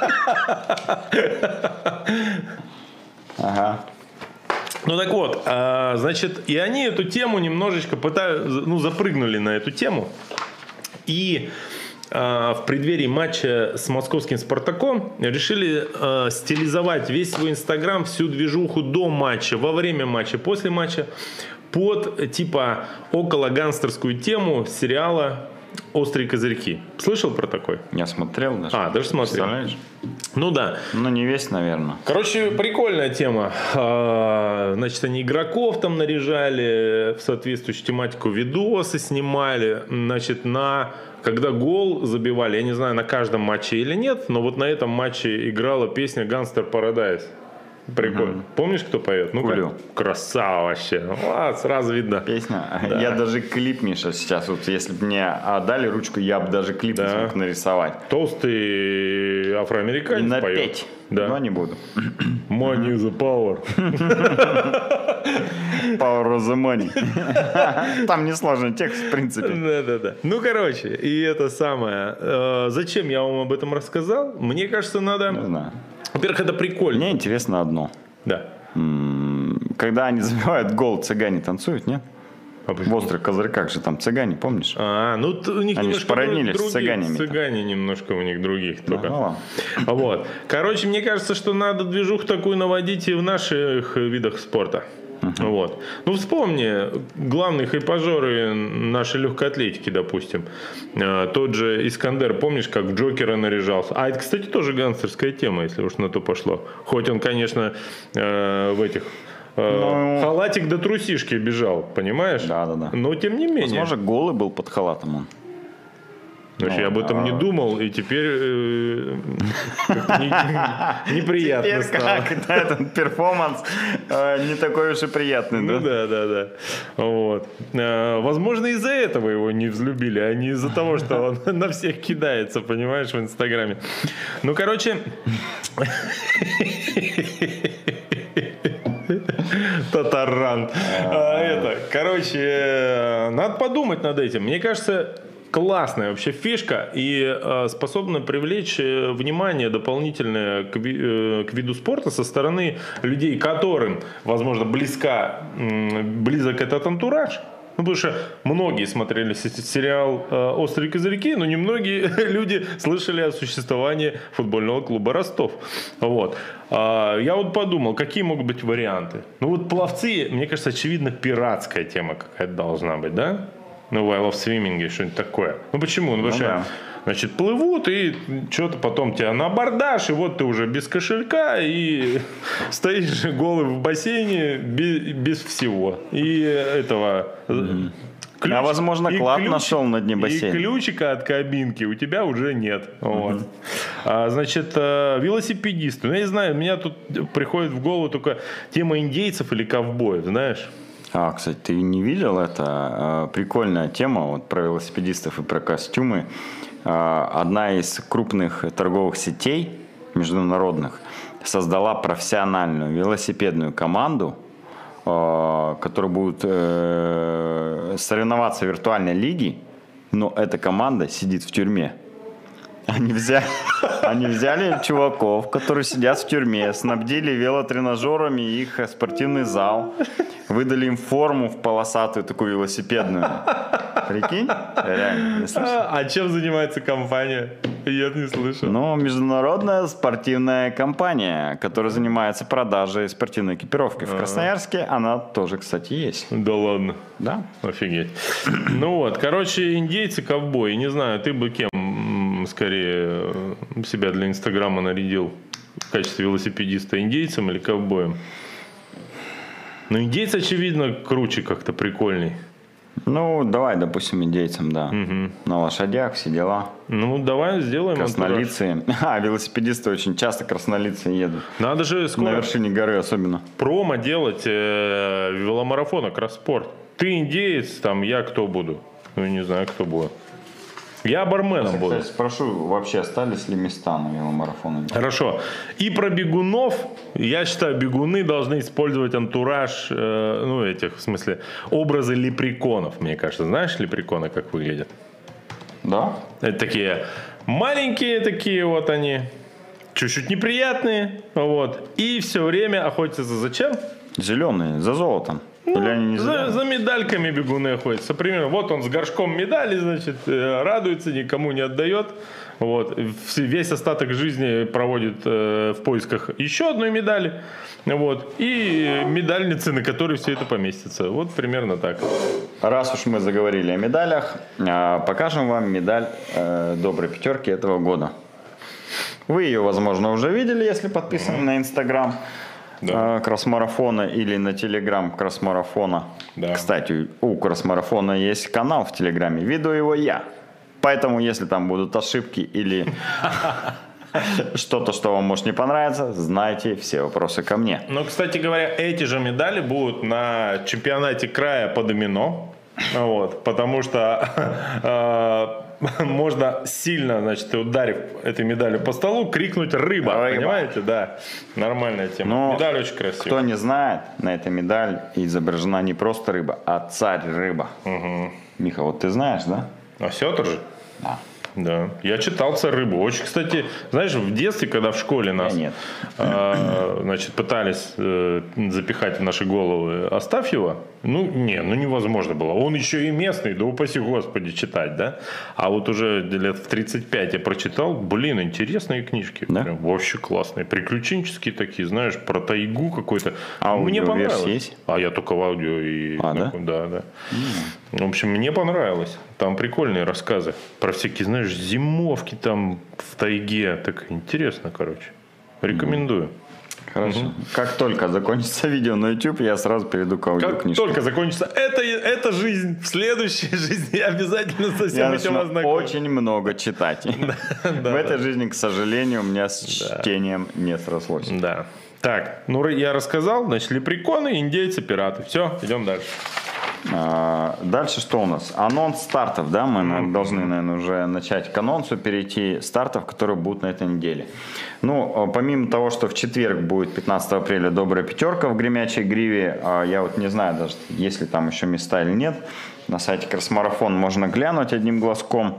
Ага. Ну так вот, значит, и они эту тему немножечко запрыгнули на эту тему. И в преддверии матча с московским «Спартаком» решили стилизовать весь свой инстаграм, всю движуху до матча, во время матча, после матча под типа около гангстерскую тему сериала «Острые козырьки». Слышал про такой? Я смотрел даже. Даже смотрел. Представляешь? Ну да. Ну не весь, наверное. Короче, прикольная тема. Значит, они игроков там наряжали в соответствующую тематику, видосы снимали. Значит, когда гол забивали, я не знаю, на каждом матче или нет, но вот на этом матче играла песня «Gangster Paradise». Прикольно. Помнишь, кто поет? Ну-ка. Красава вообще. Сразу видно. Песня. Да. Я даже клип, Миша, сейчас, вот если бы мне отдали ручку, я бы даже клип смог нарисовать. Толстый афроамериканец и поет. напеть. Да. Но не буду. Money is the power. Power of the money. Там несложный текст, в принципе. Да. Ну, короче, и это самое. Зачем я вам об этом рассказал? Мне кажется, надо... Не знаю. Во-первых, это прикольно. Мне интересно одно. Да. Когда они забивают гол, цыгане танцуют, нет? В «Острых козырьках» же там цыгане, помнишь? Ну у них они же породнились с цыганями. Цыгане немножко у них других только. Ну ладно. Вот. Короче, мне кажется, что надо движуху такую наводить и в наших видах спорта. Вот. Ну, вспомни, главные хайпажоры нашей легкой атлетики, допустим. Тот же Искандер, помнишь, как в Джокера наряжался? А это, кстати, тоже гангстерская тема, если уж на то пошло. Хоть он, конечно, в этих... халатик до трусишки бежал, понимаешь? Да. Но тем не менее. Возможно, голый был под халатом он. Я об этом не думал, и теперь неприятно теперь стало. Как этот перформанс не такой уж и приятный, да? Ну да. Вот. Возможно, из-за этого его не взлюбили, а не из-за того, что он на всех кидается, понимаешь, в Инстаграме. Ну, короче... Татаран. Короче, надо подумать над этим. Мне кажется, классная вообще фишка и способна привлечь внимание дополнительное к виду спорта со стороны людей, которым, возможно, близок этот антураж. Ну, потому что многие смотрели сериал «Острые козырьки», но немногие люди слышали о существовании футбольного клуба «Ростов». Вот. Я вот подумал, какие могут быть варианты. Ну вот пловцы, мне кажется, очевидно, пиратская тема какая-то должна быть, да? Ну, I love swimming, что-нибудь такое. Ну почему? Ну, потому что, значит, плывут, и что-то потом тебя на абордаж, и вот ты уже без кошелька, и стоишь голый в бассейне без всего. И этого... А возможно, клад нашел на дне бассейна. И ключика от кабинки у тебя уже нет. Вот. Значит, велосипедисты. Ну, я не знаю, у меня тут приходит в голову только тема индейцев или ковбоев, знаешь? Кстати, ты не видел это? Прикольная тема вот, про велосипедистов и про костюмы. Одна из крупных торговых сетей международных создала профессиональную велосипедную команду, которые будут соревноваться в виртуальной лиге, но эта команда сидит в тюрьме. Они взяли чуваков, которые сидят в тюрьме, снабдили велотренажерами их спортивный зал, выдали им форму в полосатую такую велосипедную. Прикинь? Реально, не слышал? А чем занимается компания? Я не слышал. Ну, международная спортивная компания, которая занимается продажей спортивной экипировки. В Красноярске она тоже, кстати, есть. Да ладно? Да. Офигеть. Ну вот, короче, индейцы, ковбои. Не знаю, ты бы кем скорее себя для Инстаграма нарядил в качестве велосипедиста, индейцем или ковбоем? Ну, индейцы, очевидно, круче как-то, прикольней. Ну, давай, допустим, индейцам, да. На лошадях, все дела. Ну, давай сделаем. Краснолицые. Велосипедисты очень часто краснолицые едут. Надо же скоро на вершине горы особенно. Промо делать веломарафона, кросспорт. Ты индеец, там, я кто буду? Ну, не знаю, кто будет. Я барменом буду. Кстати, спрошу, вообще остались ли места на веломарафоне? Хорошо. И про бегунов. Я считаю, бегуны должны использовать антураж, ну, этих, в смысле, образы лепреконов, мне кажется. Знаешь лепреконы, как выглядят? Да? Это такие маленькие такие вот они, чуть-чуть неприятные, вот. И все время охотятся зачем? Зеленые, за золотом. Или они не За медальками бегуны охотятся. Примерно, вот он с горшком медали, значит, радуется, никому не отдает. Вот. Весь остаток жизни проводит в поисках еще одной медали. Вот. И медальницы, на которой все это поместится. Вот примерно так. Раз уж мы заговорили о медалях, покажем вам медаль доброй пятерки этого года. Вы ее, возможно, уже видели, если подписаны на Инстаграм. Да. Кросс-марафона или на Телеграм Кросс-марафона. Да. Кстати, у Кросс-марафона есть канал в Телеграме. Веду его я. Поэтому, если там будут ошибки или что-то, что вам может не понравиться, знайте, все вопросы ко мне. Ну, кстати говоря, эти же медали будут на чемпионате края по домино. Вот, потому что можно сильно, значит, ударив этой медалью по столу, крикнуть «рыба», понимаете? Да, нормальная тема. Но медаль очень красивая. Кто не знает, на этой медали изображена не просто рыба, а царь-рыба. Угу. Миха, вот ты знаешь, да? Осетр же? Да. Да, я читал «Царь рыбу». Очень, кстати, знаешь, в детстве, когда в школе нас значит, пытались запихать в наши головы Астафьева, ну невозможно было. Он еще и местный, да упаси Господи, читать, да? А вот уже лет в 35 я прочитал, блин, интересные книжки. Да? Прям вообще классные. Приключенческие такие, знаешь, про тайгу какой-то. Мне понравилось. Есть? А я только в аудио. И да? Да. В общем, мне понравилось. Там прикольные рассказы про всякие, знаешь, зимовки там в тайге. Так интересно, короче. Рекомендую. Хорошо. Угу. Как только закончится видео на YouTube, я сразу перейду к аудиокнижке. Как только закончится эта жизнь, в следующей жизни я обязательно со всем этим ознакомлюсь. Очень много читать. В этой жизни, к сожалению, у меня с чтением не срослось. Да. Так, ну я рассказал, значит, лепреконы, индейцы, пираты. Все, идем дальше. Дальше что у нас? Анонс стартов, да? Мы должны, наверное, уже начать к анонсу перейти стартов, которые будут на этой неделе. Ну, помимо того, что в четверг будет 15 апреля добрая пятерка в Гремячей Гриве, я вот не знаю даже, есть ли там еще места или нет. На сайте Кросс-марафон можно глянуть одним глазком.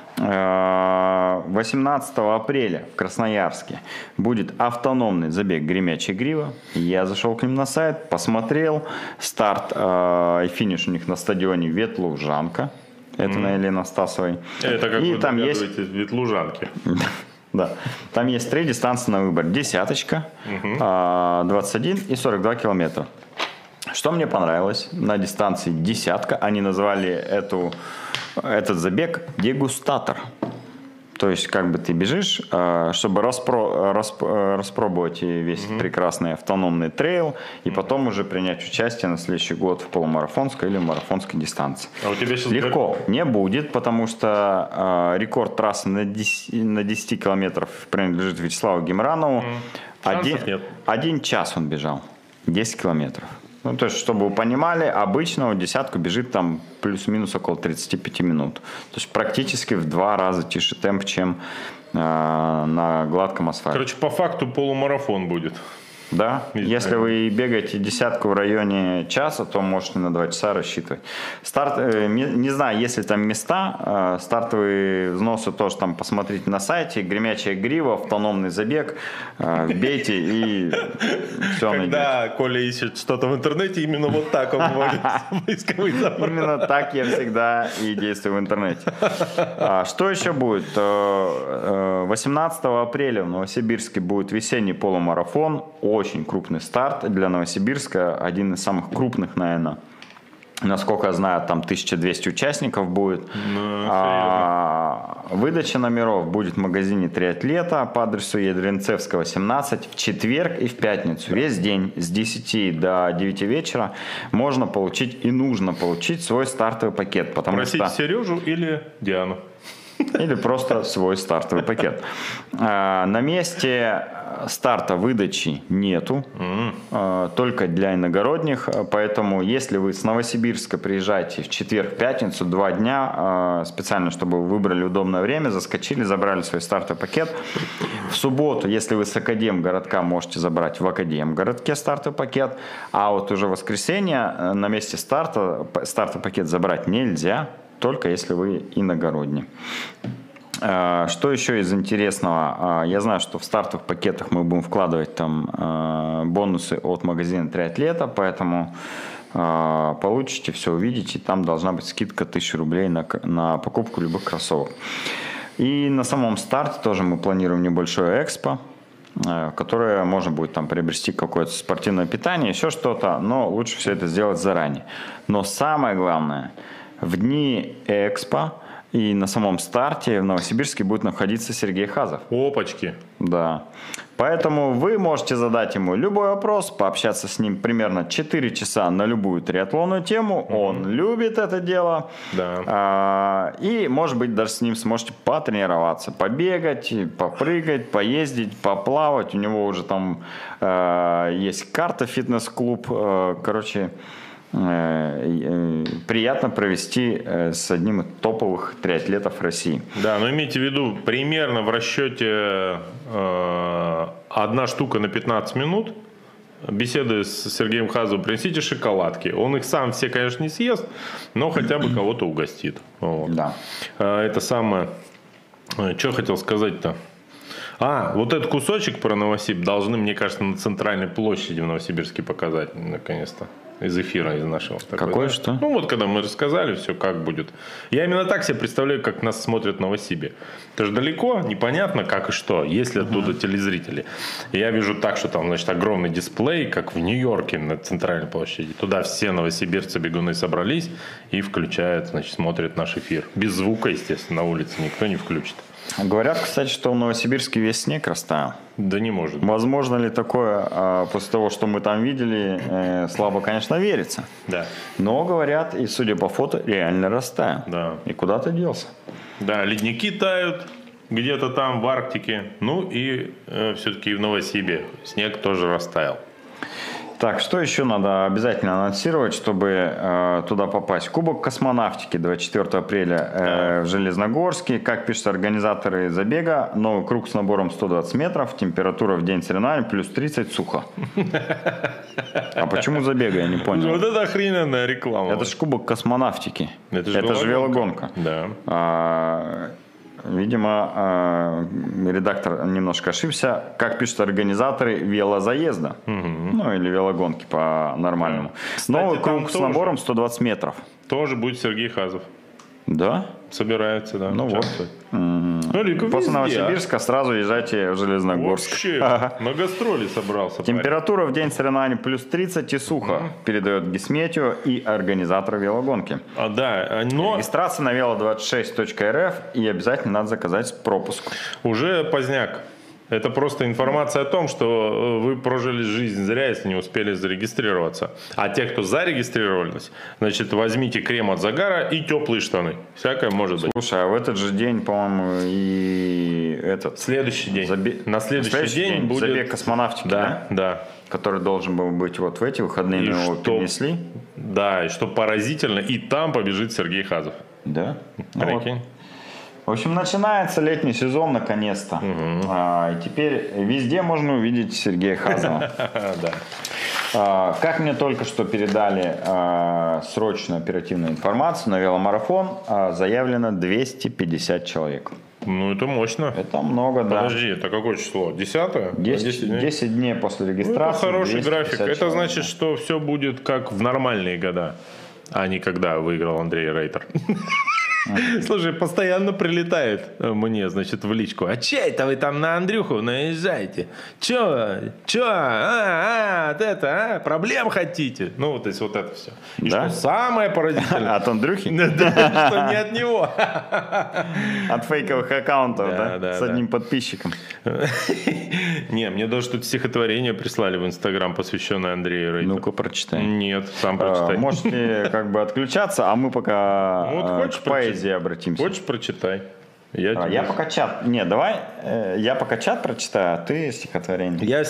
18 апреля в Красноярске будет автономный забег «Гремячая Грива». Я зашел к ним на сайт, посмотрел. Старт и финиш у них на стадионе Ветлужанка. Это на Елены Стасовой. Это как вы догадываетесь, Ветлужанки. Да. Там есть 3 дистанции на выбор. Десяточка, 21 и 42 километра. Что мне понравилось на дистанции десятка, они назвали этот забег дегустатор. То есть, как бы ты бежишь, чтобы распробовать весь прекрасный автономный трейл, и потом уже принять участие на следующий год в полумарафонской или марафонской дистанции. А у тебя сейчас легко не будет, потому что рекорд трассы на 10 километров принадлежит Вячеславу Гемранову. 1 час он бежал, 10 километров. Ну, то есть, чтобы вы понимали, обычно десятку бежит там плюс-минус около 35 минут. То есть, практически в 2 раза тише темп, чем на гладком асфальте. Короче, по факту полумарафон будет. Да, если вы бегаете десятку в районе часа, то можете на 2 часа рассчитывать. Старт, не знаю, есть ли там места, стартовые взносы тоже там посмотрите на сайте. Гремячая Грива, автономный забег, бейте и все найдете. Когда Коля ищет что-то в интернете, именно вот так он вводит поисковый запрос. Именно так я всегда и действую в интернете. Что еще будет? 18 апреля в Новосибирске будет весенний полумарафон. Очень крупный старт для Новосибирска. Один из самых крупных, наверное. Насколько я знаю, там 1200 участников будет. Выдача номеров будет в магазине «Триатлета» по адресу Ядринцевского, 17 в четверг и в пятницу. Весь день с 10 до 9 вечера можно получить и нужно получить свой стартовый пакет. Просить Сережу или Диану? или просто свой стартовый пакет. На месте старта выдачи нету, только для иногородних, поэтому если вы с Новосибирска приезжаете в четверг-пятницу, 2 дня, специально, чтобы вы выбрали удобное время, заскочили, забрали свой стартовый пакет. В субботу, если вы с Академгородка, можете забрать в Академгородке стартовый пакет, а вот уже в воскресенье на месте старта стартовый пакет забрать нельзя, только если вы иногородний. Что еще из интересного? Я знаю, что в стартовых пакетах мы будем вкладывать там бонусы от магазина «Триатлета», поэтому получите, все увидите. Там должна быть скидка 1000 рублей на покупку любых кроссовок. И на самом старте тоже мы планируем небольшое экспо, которое можно будет там приобрести какое-то спортивное питание, еще что-то, но лучше все это сделать заранее. Но самое главное, в дни экспо и на самом старте в Новосибирске будет находиться Сергей Хазов. Опачки. Да. Поэтому вы можете задать ему любой вопрос, пообщаться с ним примерно 4 часа на любую триатлонную тему. Он любит это дело. Да. И, может быть, даже с ним сможете потренироваться, побегать, попрыгать, поездить, поплавать. У него уже там есть карта фитнес-клуб. Короче, приятно провести с одним из топовых триатлетов России. Да, но имейте в виду, примерно в расчете 1 штука на 15 минут. Беседы с Сергеем Хазовым, принесите шоколадки. Он их сам все, конечно, не съест, но хотя бы кого-то угостит. Вот. Да. Это самое... Что хотел сказать-то? Вот этот кусочек про Новосиб должны, мне кажется, на центральной площади в Новосибирске показать, наконец-то. Из эфира, из нашего. Какое что? Ну, вот когда мы рассказали все, как будет. Я именно так себе представляю, как нас смотрят в Новосибе. Это же далеко, непонятно как и что, есть ли оттуда телезрители. И я вижу так, что там, значит, огромный дисплей, как в Нью-Йорке на центральной площади. Туда все новосибирцы-бегуны собрались и включают, значит, смотрят наш эфир. Без звука, естественно, на улице никто не включит. Говорят, кстати, что в Новосибирске весь снег растаял. Да не может. Возможно ли такое, после того, что мы там видели, слабо, конечно, верится. Да. Но, говорят, и судя по фото, реально растаял. Да. И куда-то делся. Да, ледники тают где-то там в Арктике. Ну и все-таки в Новосибе снег тоже растаял. Так, что еще надо обязательно анонсировать, чтобы туда попасть? Кубок космонавтики 24 апреля в Железногорске. Как пишут организаторы забега, новый круг с набором 120 метров, температура в день соревнований плюс 30, сухо. А почему забега, я не понял. Вот это охрененная реклама. Это же кубок космонавтики. Это же велогонка. Да. Видимо, редактор немножко ошибся. Как пишут организаторы велозаезда. Ну, или велогонки по-нормальному. Кстати, новый круг с набором 120 метров. Тоже будет Сергей Хазов. Да? Собирается, да. Ну вот. После Новосибирска сразу езжайте в Железногорск. Вообще, на гастроли собрался. Температура в день соревнований плюс 30 и сухо, передает Гисметео и организатор велогонки. Да, но... Регистрация на velo26.rf и обязательно надо заказать пропуск. Уже поздняк. Это просто информация о том, что вы прожили жизнь зря, если не успели зарегистрироваться. А те, кто зарегистрировались, значит, возьмите крем от загара и теплые штаны. Всякое может быть. Слушай, а в этот же день, по-моему, и этот... Следующий день. На следующий день будет... Забег космонавтики, да? Который должен был быть вот в эти выходные, но его перенесли. Да, и что поразительно, и там побежит Сергей Хазов. Да? Прикинь. В общем, начинается летний сезон наконец-то. И теперь везде можно увидеть Сергея Хазова. Как мне только что передали срочную оперативную информацию, на веломарафон заявлено 250 человек. Ну, это мощно. Это много, да. Подожди, это какое число? 10-е? 10 дней после регистрации. Это хороший график. Это значит, что все будет как в нормальные года, а не когда выиграл Андрей Рейтер. Слушай, постоянно прилетает мне, значит, в личку. А чей это вы там на Андрюху наезжаете? Чё? Проблем хотите? Ну, то есть вот это все. И да? Что самое поразительное... От Андрюхи? Да, что не от него. От фейковых аккаунтов, да? С одним подписчиком. Не, мне даже тут стихотворение прислали в Инстаграм, посвященное Андрею Рейтеру. Ну-ка, прочитай. Нет, сам прочитай. Можете как бы отключаться, а мы пока к поэзии обратимся. Хочешь, прочитай. Я пока чат... Не, давай я пока чат прочитаю, а ты стихотворение. Я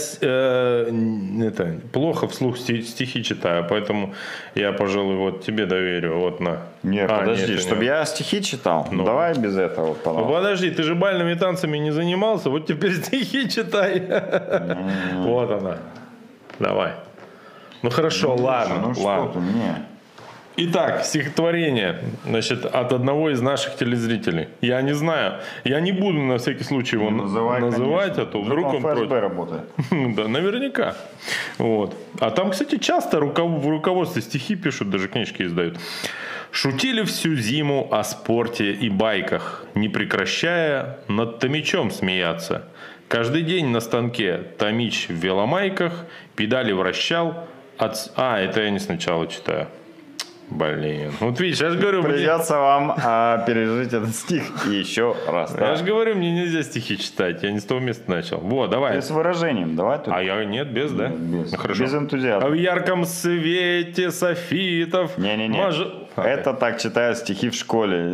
плохо вслух стихи читаю, поэтому я, пожалуй, вот тебе доверю. Вот на. Не, подожди, чтобы я стихи читал? Ну, давай без этого, пожалуйста. Подожди, ты же бальными танцами не занимался, вот теперь стихи читай. Вот она. Давай. Ну хорошо, ладно. Что ты мне... Итак, стихотворение, значит, от одного из наших телезрителей. Я не знаю, я не буду на всякий случай его называть, а то вдруг он против. Работает. Да, наверняка. Вот. А там, кстати, часто в руководстве стихи пишут, даже книжки издают. Шутили всю зиму о спорте и байках, не прекращая над Томичом смеяться. Каждый день на станке Томич в веломайках, педали вращал. Это я не сначала читаю. Блин. Вот видишь, я же говорю... Придется вам пережить этот стих еще раз. Я же говорю, мне нельзя стихи читать. Я не с того места начал. Вот, давай. Ты с выражением, давай тут. А я нет, без, да? Без. Ну, хорошо. Без энтузиазма. В ярком свете софитов. Не-не-не. Это так читают стихи в школе.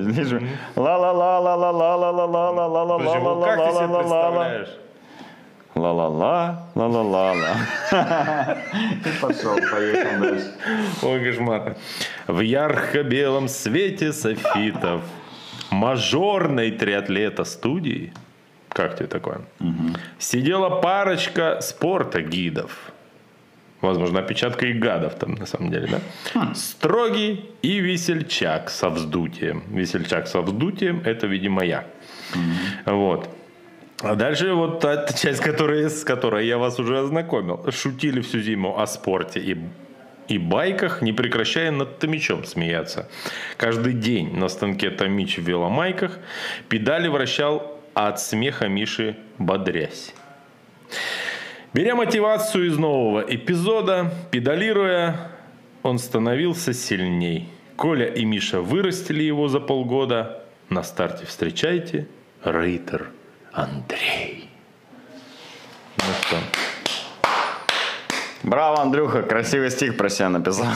Ла-ла-ла-ла-ла-ла-ла-ла-ла-ла-ла-ла-ла-ла-ла-ла-ла-ла-ла-ла. Как ты себе представляешь? Ла-ла-ла, ла-ла-ла-ла. Ты пошел, поехал дальше. Ой, кошмар. В ярко-белом свете софитов мажорной триатлета студии, как тебе такое, сидела парочка спорта-гидов. Возможно, опечатка и гадов там на самом деле, да? Строгий и весельчак со вздутием. Весельчак со вздутием – это, видимо, я. Вот. А дальше вот та часть, с которой я вас уже ознакомил. Шутили всю зиму о спорте и байках, не прекращая над Томичом смеяться. Каждый день на станке Томич в веломайках педали вращал, а от смеха Миши бодрясь. Беря мотивацию из нового эпизода, педалируя, он становился сильней. Коля и Миша вырастили его за полгода. На старте встречайте, рейтер Андрей. Ну что? Браво, Андрюха, красивый стих про себя написал.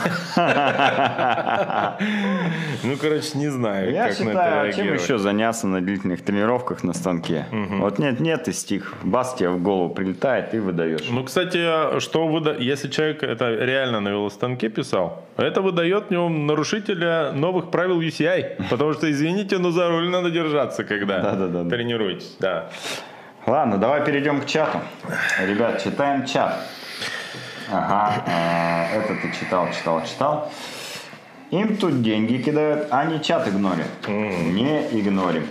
Ну, короче, не знаю, я как считаю, на это реагировать. Чем еще заняться на длительных тренировках на станке? Вот нет, и стих, бас тебе в голову прилетает, и выдаешь. Ну, кстати, если человек это реально на велостанке писал, это выдает в нем нарушителя новых правил UCI. Потому что, извините, но за руль надо держаться, когда тренируетесь. Да. Ладно, давай перейдем к чату. Ребят, читаем чат. Ага, это ты читал. Им тут деньги кидают, а не чат игнорят. Не игнорим.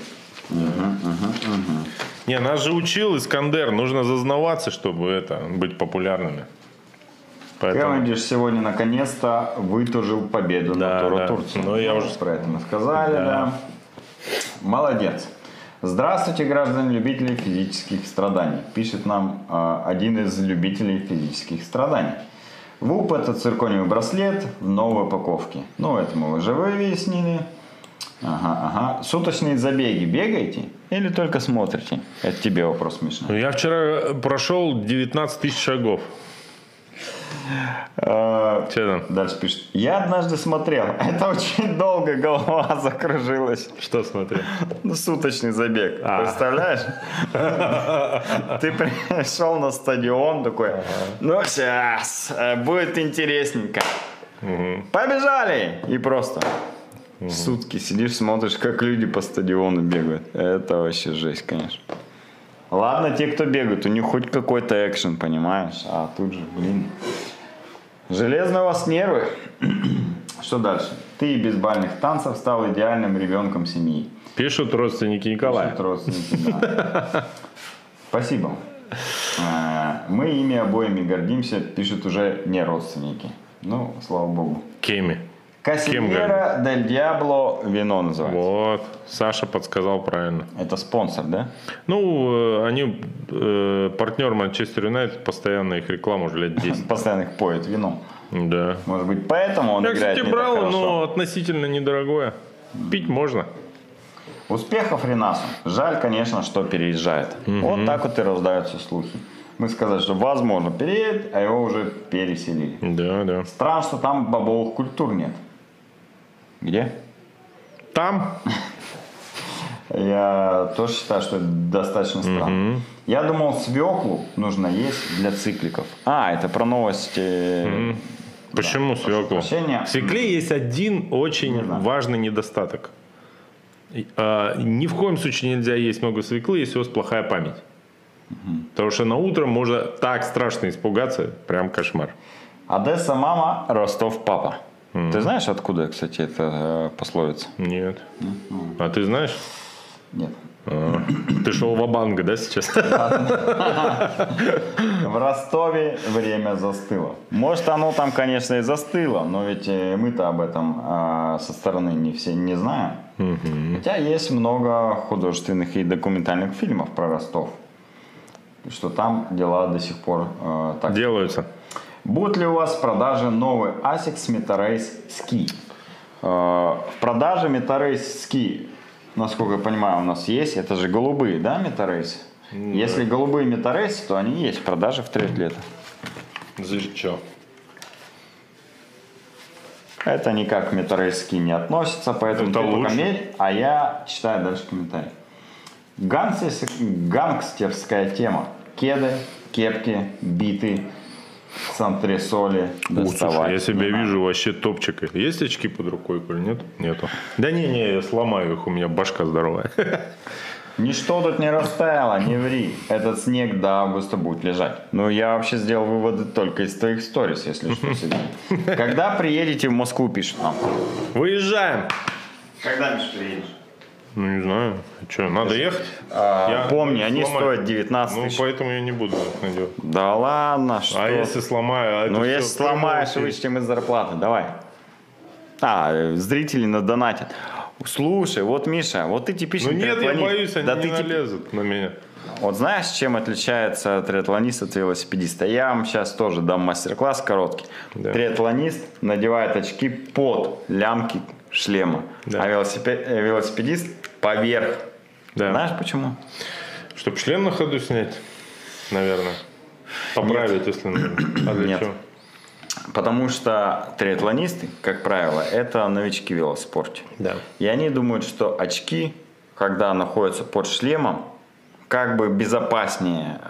Не, нас же учил Искандер, нужно зазнаваться, чтобы быть популярными. Кевендиш сегодня наконец-то вытужил победу на Туру Турции. Ну, я уже про это мы сказали, да. Молодец. Здравствуйте, граждане любители физических страданий. Пишет нам один из любителей физических страданий. ВУП – это циркониевый браслет в новой упаковке. Ну, это мы уже выяснили. Ага. Суточные забеги бегаете или только смотрите? Это тебе вопрос, Миша. Я вчера прошел 19 тысяч шагов. Что там? Дальше пишет. Я однажды смотрел. Это очень долго, голова закружилась. Что смотрел? Суточный забег. Представляешь? Ты пришел на стадион такой. Ну сейчас будет интересненько. Побежали! И просто сутки сидишь, смотришь, как люди по стадиону бегают. Это вообще жесть, конечно. Ладно, те, кто бегают, у них хоть какой-то экшен, понимаешь? А тут же, железные у вас нервы. Что дальше? Ты без бальных танцев стал идеальным ребенком семьи. Пишут родственники Николая. Пишут родственники, да. Спасибо. Мы ими обоими гордимся, пишут уже не родственники. Ну, слава богу. Кеми. Касильера дель Диабло вино называется. Вот, Саша подсказал правильно. Это спонсор, да? Ну, они партнер Манчестер Юнайтед, постоянно их рекламу уже лет 10. Постоянно их поет вином. Да. Может быть, поэтому он играет не так хорошо. Я, кстати, брал, но относительно недорогое. Пить можно. Успехов Ренасу. Жаль, конечно, что переезжает. Вот так вот и раздаются слухи. Мы сказали, что возможно переедет, а его уже переселили. Да. Странно, что там бобовых культур нет. Где? Там. Я тоже считаю, что это достаточно странно. Я думал, свеклу нужно есть для цикликов. Это про новости. Почему свеклу? прощения. В свекле есть один очень важный недостаток. Ни в коем случае нельзя есть много свеклы, если у вас плохая память. Потому что на утро можно так страшно испугаться, прям кошмар. Одесса мама, Ростов папа. Ты знаешь, откуда, кстати, эта пословица? Нет. А ты знаешь? Нет. Ты шел ва-банк, да, сейчас? В Ростове время застыло. Может, оно там, конечно, и застыло, но ведь мы-то об этом со стороны не знаем. Хотя есть много художественных и документальных фильмов про Ростов. Что там дела до сих пор так делаются. Будет ли у вас в продаже новый ASICS Metarace Ski? В продаже Metarace Ski, насколько я понимаю, у нас есть. Это же голубые, да, Metarace? Если голубые Metarace, то они есть в продаже в триатлета. За что? Это никак к Metarace Ski не относится, поэтому это ты лучше. пока мерь, а я читаю дальше комментарий. Гангстерская тема. Кеды, кепки, биты, с антресоли доставать. Я себя вижу вообще топчик. Есть очки под рукой, Коль? Нет? Нету. Да не, я сломаю их, у меня башка здоровая. Ничто тут не растаяло, не ври. Этот снег до августа будет лежать. Ну, я вообще сделал выводы только из твоих сторис, если что. Когда приедете в Москву, пишет нам. Выезжаем. Когда, Миш, приедешь? Ну, не знаю. Что, надо ехать? Помни, они стоят 19 тысяч. Ну, поэтому я не буду их надевать. Да ладно, что? А если сломаю? Ну, если сломаешь, вычтем из зарплаты. Давай. Зрители надонатят. Слушай, вот, Миша, вот ты типичный триатлонист. Ну нет, я боюсь, они не налезут на меня. Вот знаешь, чем отличается триатлонист от велосипедиста? Я вам сейчас тоже дам мастер-класс короткий. Да. Триатлонист надевает очки под лямки шлема, а велосипедист поверх. Да. Знаешь почему? Чтобы шлем на ходу снять, наверное. Поправить, если нужно. А для Нет. чего? Потому что триатлонисты, как правило, это новички в велоспорте. Да. И они думают, что очки, когда находятся под шлемом, как бы безопаснее,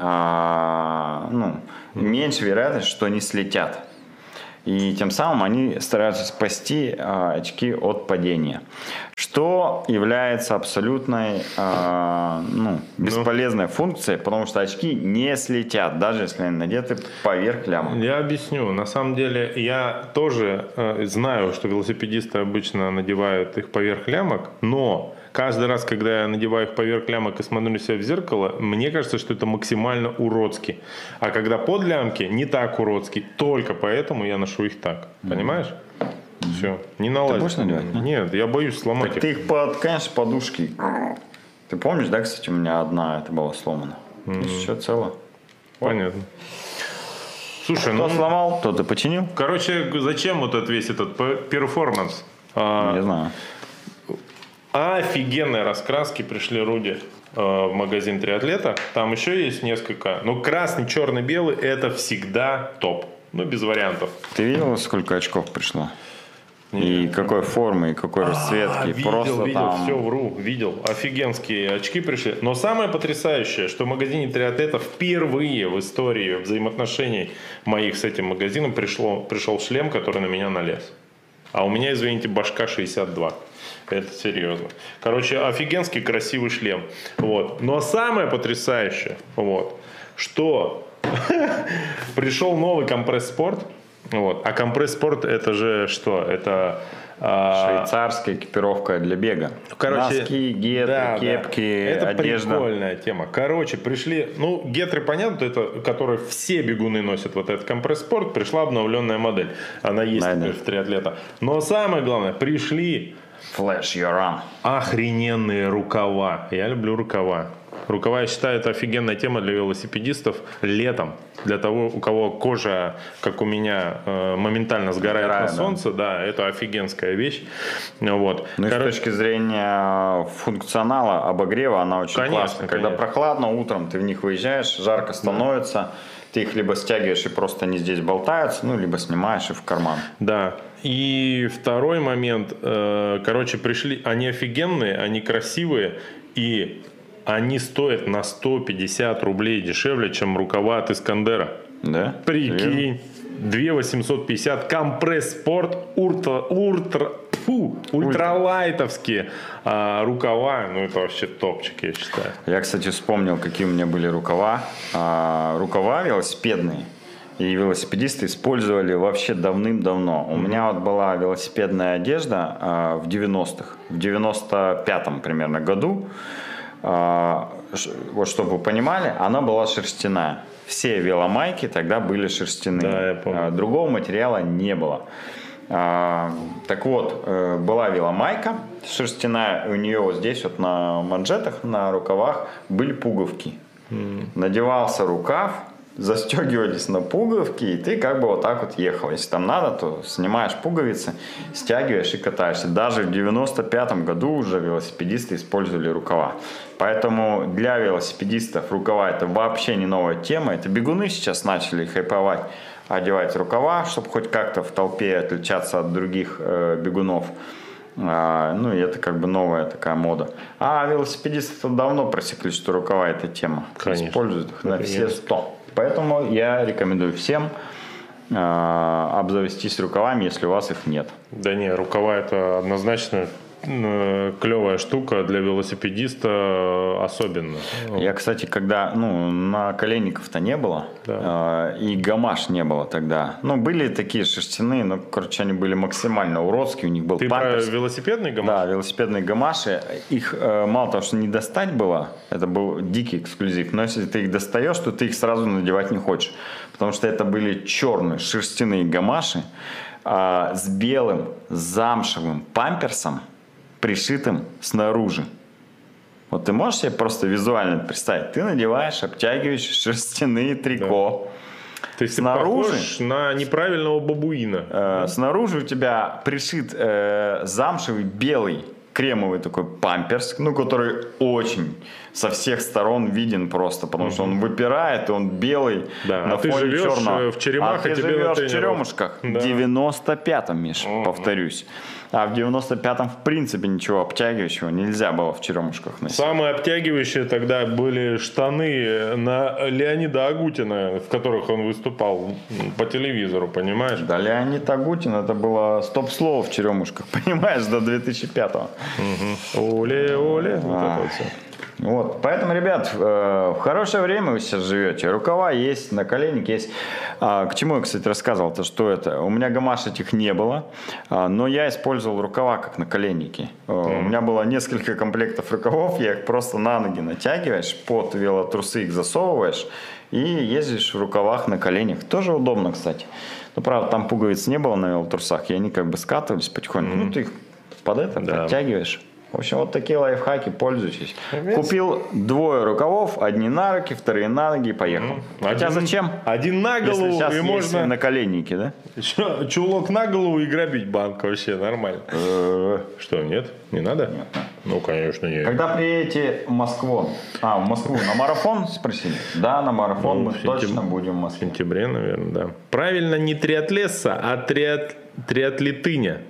меньше вероятность, что они слетят. И тем самым они стараются спасти очки от падения. Что является абсолютной бесполезной функцией, потому что очки не слетят, даже если они надеты поверх ляма. Я объясню. На самом деле я тоже знаю, что велосипедисты обычно надевают их поверх лямок, но каждый раз, когда я надеваю их поверх лямок и смотрю на себя в зеркало, мне кажется, что это максимально уродски. А когда под лямки, не так уродски. Только поэтому я ношу их так. Понимаешь? Все. Не налазит. Ты будешь надевать? Нет, я боюсь сломать их. Ты их, конечно, подушки. Ты помнишь, да, кстати, у меня одна это была сломана. Еще цело. Понятно. Слушай, кто сломал, тот и починил. Короче, зачем вот этот весь этот перформанс? Не знаю. Офигенные раскраски пришли, Руди, в магазин триатлета. Там еще есть несколько. Но красный, черный, белый — это всегда топ. Ну, без вариантов. Ты видел, сколько очков пришло? И какой формы, и какой расцветки. Видел, все, вру, видел. Офигенские очки пришли. Но самое потрясающее, что в магазине триатлета впервые в истории взаимоотношений моих с этим магазином пришел шлем, который на меня налез. А у меня, извините, башка 62. Это серьезно. Короче, офигенский красивый шлем. Вот. Но самое потрясающее, что пришел новый компресс-спорт. А компресс-спорт — это же что? Это швейцарская экипировка для бега. Носки, гетры, кепки, это одежда. Прикольная тема. Короче, пришли... гетры, понятно, это которые все бегуны носят. Вот этот компресс-спорт. Пришла обновленная модель. Она есть теперь в триатлета. Но самое главное, пришли... Flash Your Run. Охрененные рукава. Я люблю рукава. Рукава, я считаю, это офигенная тема для велосипедистов летом. Для того, у кого кожа, как у меня, моментально сгорает на солнце. Да, это офигенская вещь. Вот. Ну и с точки зрения функционала, обогрева, она очень классная. Когда прохладно, утром ты в них выезжаешь, жарко становится. Ты их либо стягиваешь и просто они здесь болтаются, либо снимаешь и в карман. Да. И второй момент. Пришли, они офигенные, они красивые. И они стоят на 150 рублей дешевле, чем рукава от Искандера. Да? Прикинь. 2850 компресс спорт ультралайтовские рукава. Ну это вообще топчик, я считаю. Я, кстати, вспомнил, какие у меня были рукава. Рукава велосипедные. И велосипедисты использовали вообще давным-давно. У меня вот была велосипедная одежда в 90-х. В 95-м примерно году. Вот чтобы вы понимали, она была шерстяная. Все веломайки тогда были шерстяные. Да, я помню. Другого материала не было. Так вот, была веломайка шерстяная. У нее вот здесь вот на манжетах, на рукавах были пуговки. Надевался рукав, застегивались на пуговки, и ты как бы вот так вот ехал. Если там надо, то снимаешь пуговицы, стягиваешь и катаешься. Даже в 95-м году уже велосипедисты использовали рукава. Поэтому для велосипедистов рукава это вообще не новая тема. Это бегуны сейчас начали хайповать, одевать рукава, чтобы хоть как-то в толпе отличаться от других бегунов. Ну и это как бы новая такая мода. А велосипедисты давно просекли, что рукава это тема. Конечно. Используют их на все 100. Поэтому я рекомендую всем обзавестись рукавами, если у вас их нет. Да не, рукава это однозначно клевая штука для велосипедиста особенно. Я, кстати, когда, наколенников-то не было, Да. И гамаш не было тогда. Были такие шерстяные, но, короче, они были максимально уродские, у них был Ты памперс. про велосипедный гамаш? Да, велосипедные гамаши. Их мало того, что не достать было, это был дикий эксклюзив, но если ты их достаешь, то ты их сразу надевать не хочешь. Потому что это были черные шерстяные гамаши с белым замшевым памперсом, пришитым снаружи. Вот ты можешь себе просто визуально представить? Ты надеваешь обтягивающие шерстяные трико. Да. То есть снаружи, ты похож на неправильного бабуина. Снаружи у тебя пришит замшевый белый кремовый такой памперс, который очень со всех сторон виден просто, потому что он выпирает, и он белый, да, на ты фоне живешь черного. в Черемах, ты и тебе живешь это в Черемушках. Да. В 95-м, Миш, повторюсь. А в 95-м в принципе ничего обтягивающего нельзя было в Черемушках носить. Самые обтягивающие тогда были штаны на Леонида Агутина, в которых он выступал по телевизору, понимаешь? Да, Леонид Агутин, это было стоп-слово в Черемушках, понимаешь, до 2005-го. Оле-оле. Вот это вот всё. Вот, поэтому, ребят, в хорошее время вы сейчас живете. Рукава есть, наколенник есть. К чему я, кстати, рассказывал, то что это? У меня гамаш этих не было, но я использовал рукава как наколенники. У меня было несколько комплектов рукавов, я их просто на ноги натягиваешь, под велотрусы их засовываешь и ездишь в рукавах на коленях. Тоже удобно, кстати. Но, правда, там пуговиц не было на велотрусах, и они как бы скатывались потихоньку. Ты их под это подтягиваешь. В общем, вот такие лайфхаки, пользуйтесь. Купил 2 рукавов, одни на руки, вторые на ноги и поехал. Хотя зачем? Один на голову, Если сейчас и есть можно наколенники, да? чулок на голову и грабить банк вообще нормально. Что, нет? Не надо? Нет. Ну, конечно, нет. Когда приедете в Москву? В Москву на марафон спросили? Да, на марафон мы точно будем в В Москве. сентябре, наверное, да. Правильно, не триатлесса, а триатлетыня.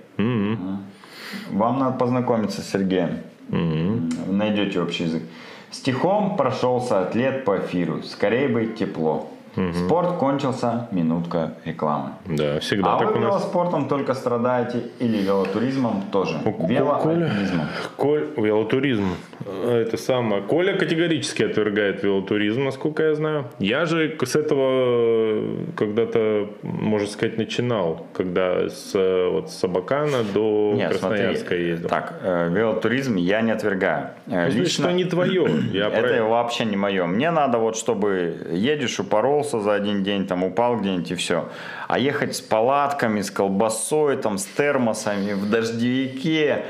Вам надо познакомиться с Сергеем. Найдете общий язык. Стихом прошелся атлет по эфиру. Скорее бы тепло. Спорт кончился, минутка рекламы. Да, всегда А так вы у нас. велоспортом только страдаете или велотуризмом тоже? Велоальпинизмом. Велотуризм. Это самое. Коля категорически отвергает велотуризм, насколько я знаю. Я же с этого когда-то, можно сказать, начинал. Когда с Абакана до Красноярска ездил. Так, велотуризм я не отвергаю. Лично не твое. Это вообще не мое. Мне надо чтобы едешь, упоролся за один день, там упал где-нибудь и все. А ехать с палатками, с колбасой, с термосами, в дождевике,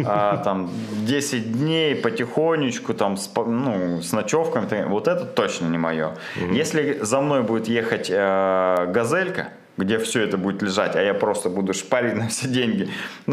10 дней потихонечку, с ночевками, вот это точно не мое. Если за мной будет ехать газелька, где все это будет лежать, а я просто буду шпарить на все деньги,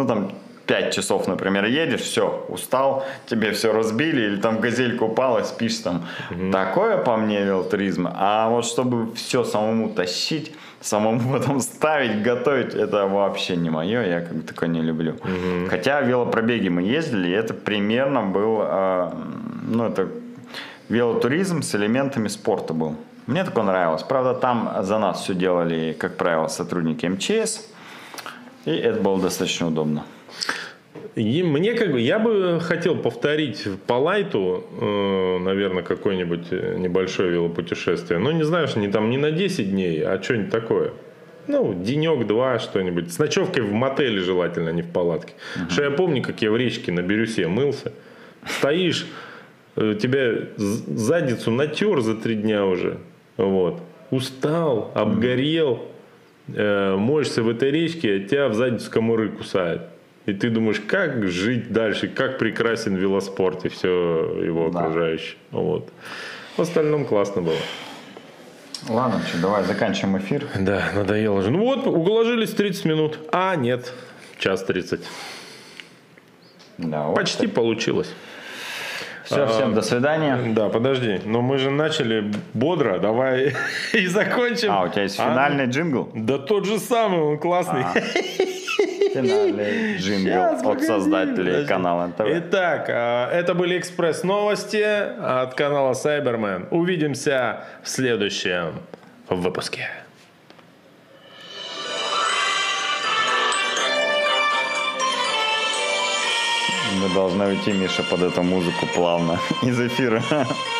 5 часов, например, едешь, все, устал, тебе все разбили, или газелька упала, спишь там. Такое по мне велотуризм. А вот чтобы все самому тащить, самому потом ставить, готовить, это вообще не мое, я такое не люблю. Хотя велопробеги мы ездили, и это примерно был ну, это велотуризм с элементами спорта был. Мне такое нравилось. Правда, там за нас все делали, как правило, сотрудники МЧС. И это было достаточно удобно. И мне я бы хотел повторить по лайту, наверное, какое-нибудь небольшое велопутешествие. Ну, не знаю, не на 10 дней, а что-нибудь такое. Ну, денек-два, что-нибудь. С ночевкой в мотеле желательно, а не в палатке. Потому что я помню, как я в речке на Бирюсе мылся. Стоишь, тебя задницу натер за 3 дня уже. Вот. Устал, обгорел. Моешься в этой речке, а тебя в задницу комары кусают. И ты думаешь, как жить дальше, как прекрасен велоспорт и все его окружающее. Вот. В остальном классно было. Ладно, давай заканчиваем эфир. Да, надоело уже. Ну вот, уложились 30 минут. А, нет, 1:30. Да, вот почти так получилось. Все, всем до свидания. Да, подожди, но мы же начали бодро, давай и закончим. У тебя есть финальный джингл? Да тот же самый, он классный. Финальный джингл от создателей канала НТВ. Итак, это были экспресс-новости от канала Cyberman. Увидимся в следующем выпуске. Мы должны уйти, Миша, под эту музыку плавно из эфира.